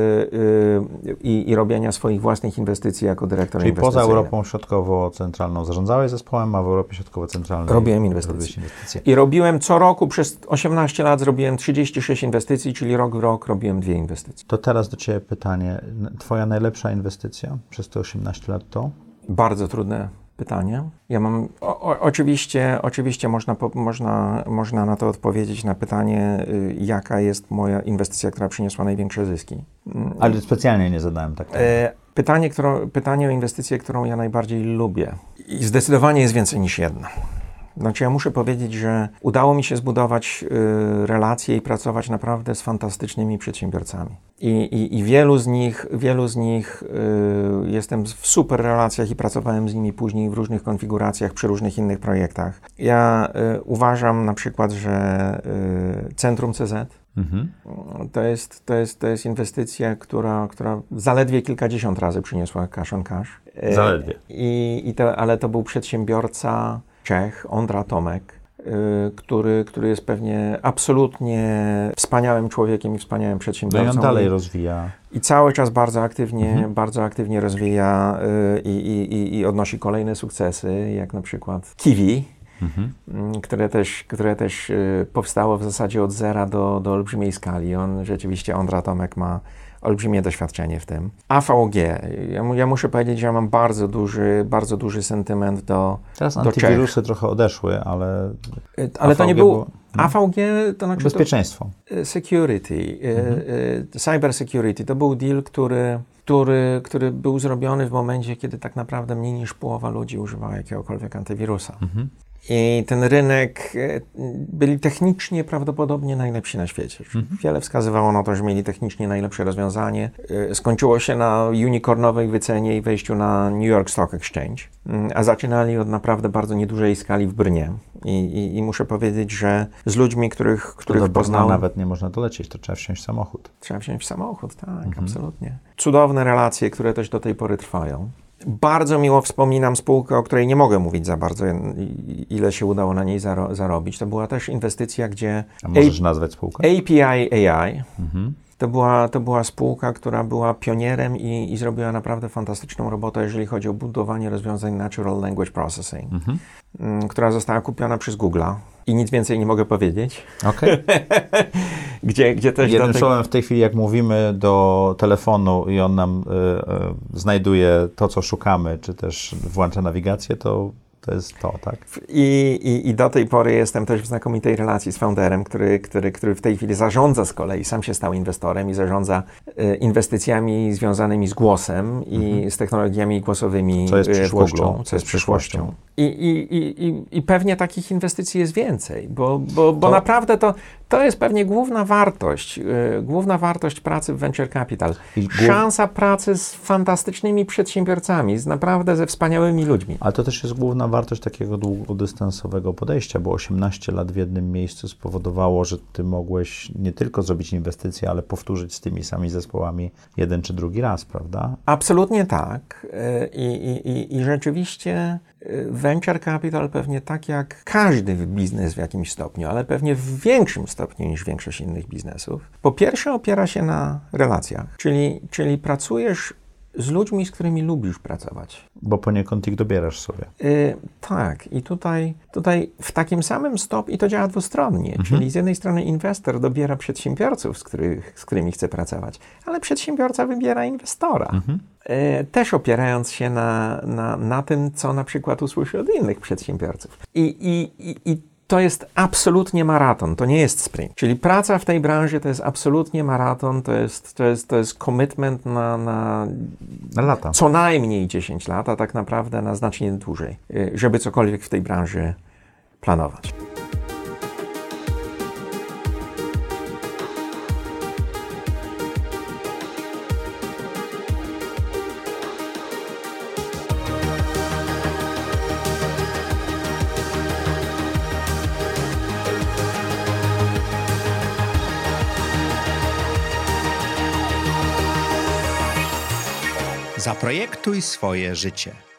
yy, yy, i, i robienia swoich własnych inwestycji jako dyrektor Czyli inwestycyjny. poza Europą Środkowo-Centralną zarządzałeś zespołem, a w Europie Środkowo-Centralnej robiłem inwestycje. inwestycje. I robiłem co roku, przez osiemnaście lat zrobiłem trzydzieści sześć inwestycji, czyli rok w rok robiłem dwie inwestycje. To teraz do Ciebie pytanie. Twoja najlepsza inwestycja przez te osiemnaście lat to? Bardzo trudne pytanie. Ja mam, o, o, oczywiście, oczywiście można, po, można, można na to odpowiedzieć na pytanie, y, jaka jest moja inwestycja, która przyniosła największe zyski. Ale specjalnie nie zadałem takiego. E, pytanie, którą, pytanie o inwestycję, którą ja najbardziej lubię. I zdecydowanie jest więcej niż jedna. Znaczy ja muszę powiedzieć, że udało mi się zbudować y, relacje i pracować naprawdę z fantastycznymi przedsiębiorcami. I, i, i wielu z nich, wielu z nich y, jestem w super relacjach i pracowałem z nimi później w różnych konfiguracjach przy różnych innych projektach. Ja y, uważam na przykład, że y, Centrum C Z mhm. to, jest, to, jest, to jest inwestycja, która, która zaledwie kilkadziesiąt razy przyniosła cash on cash. Y, zaledwie. I, i to, ale to był przedsiębiorca Czech, Ondra Tomek, y, który, który jest pewnie absolutnie wspaniałym człowiekiem i wspaniałym przedsiębiorcą. No i on dalej rozwija. I cały czas bardzo aktywnie, mhm. bardzo aktywnie rozwija y, i, i, i odnosi kolejne sukcesy, jak na przykład Kiwi, mhm. y, które też, które też y, powstało w zasadzie od zera do, do olbrzymiej skali. On rzeczywiście, Ondra Tomek ma olbrzymie doświadczenie w tym. A V G. Ja, ja muszę powiedzieć, że ja mam bardzo duży, bardzo duży sentyment do Teraz do antywirusy Czech. trochę odeszły, ale... Ale to nie było... było A V G to znaczy... Bezpieczeństwo. To, security. Mhm. Cyber security. To był deal, który, który, który był zrobiony w momencie, kiedy tak naprawdę mniej niż połowa ludzi używała jakiegokolwiek antywirusa. Mhm. I ten rynek byli technicznie prawdopodobnie najlepsi na świecie. Mhm. Wiele wskazywało na to, że mieli technicznie najlepsze rozwiązanie. Skończyło się na unicornowej wycenie i wejściu na New York Stock Exchange, a zaczynali od naprawdę bardzo niedużej skali w Brnie. I, i, i muszę powiedzieć, że z ludźmi, których, których to do poznałem... nawet nie można dolecieć, to trzeba wziąć samochód. Trzeba wziąć samochód, tak, mhm. absolutnie. Cudowne relacje, które też do tej pory trwają. Bardzo miło wspominam spółkę, o której nie mogę mówić za bardzo, ile się udało na niej zaro- zarobić. To była też inwestycja, gdzie... A możesz A- nazwać spółkę? A P I A I. Mhm. To była, to była spółka, która była pionierem i, i zrobiła naprawdę fantastyczną robotę, jeżeli chodzi o budowanie rozwiązań Natural Language Processing, mhm. m, która została kupiona przez Google'a. I nic więcej nie mogę powiedzieć. Okej. Okay. gdzie, gdzie też Jednym do tego... słowem w tej chwili, jak mówimy do telefonu i on nam y, y, znajduje to, co szukamy, czy też włącza nawigację, to to jest to, tak? I, i, I do tej pory jestem też w znakomitej relacji z founderem, który, który, który w tej chwili zarządza z kolei, sam się stał inwestorem i zarządza y, inwestycjami związanymi z głosem i mhm. z technologiami głosowymi co jest w przyszłością. Google, co jest przyszłością. I, i, i, i, I pewnie takich inwestycji jest więcej, bo, bo, bo to... naprawdę to, to jest pewnie główna wartość, yy, główna wartość pracy w Venture Capital. I Szansa głów... pracy z fantastycznymi przedsiębiorcami, z naprawdę ze wspaniałymi ludźmi. Ale to też jest główna wartość takiego długodystansowego podejścia, bo osiemnaście lat w jednym miejscu spowodowało, że ty mogłeś nie tylko zrobić inwestycje, ale powtórzyć z tymi samymi zespołami jeden czy drugi raz, prawda? Absolutnie tak. I, i, i, i rzeczywiście Venture Capital pewnie tak jak każdy biznes w jakimś stopniu, ale pewnie w większym stopniu niż większość innych biznesów, po pierwsze opiera się na relacjach, czyli, czyli pracujesz z ludźmi, z którymi lubisz pracować. Bo poniekąd ich dobierasz sobie. Yy, tak. I tutaj, tutaj w takim samym stopniu, i to działa dwustronnie, mhm. czyli z jednej strony inwestor dobiera przedsiębiorców, z, których, z którymi chce pracować, ale przedsiębiorca wybiera inwestora. Mhm. Yy, też opierając się na, na, na tym, co na przykład usłyszy od innych przedsiębiorców. I, i, i, i to jest absolutnie maraton, to nie jest sprint. Czyli praca w tej branży to jest absolutnie maraton, to jest, to jest, to jest commitment na, na Na lata. co najmniej dziesięć lat, a tak naprawdę na znacznie dłużej, y, żeby cokolwiek w tej branży planować. Zaprojektuj swoje życie.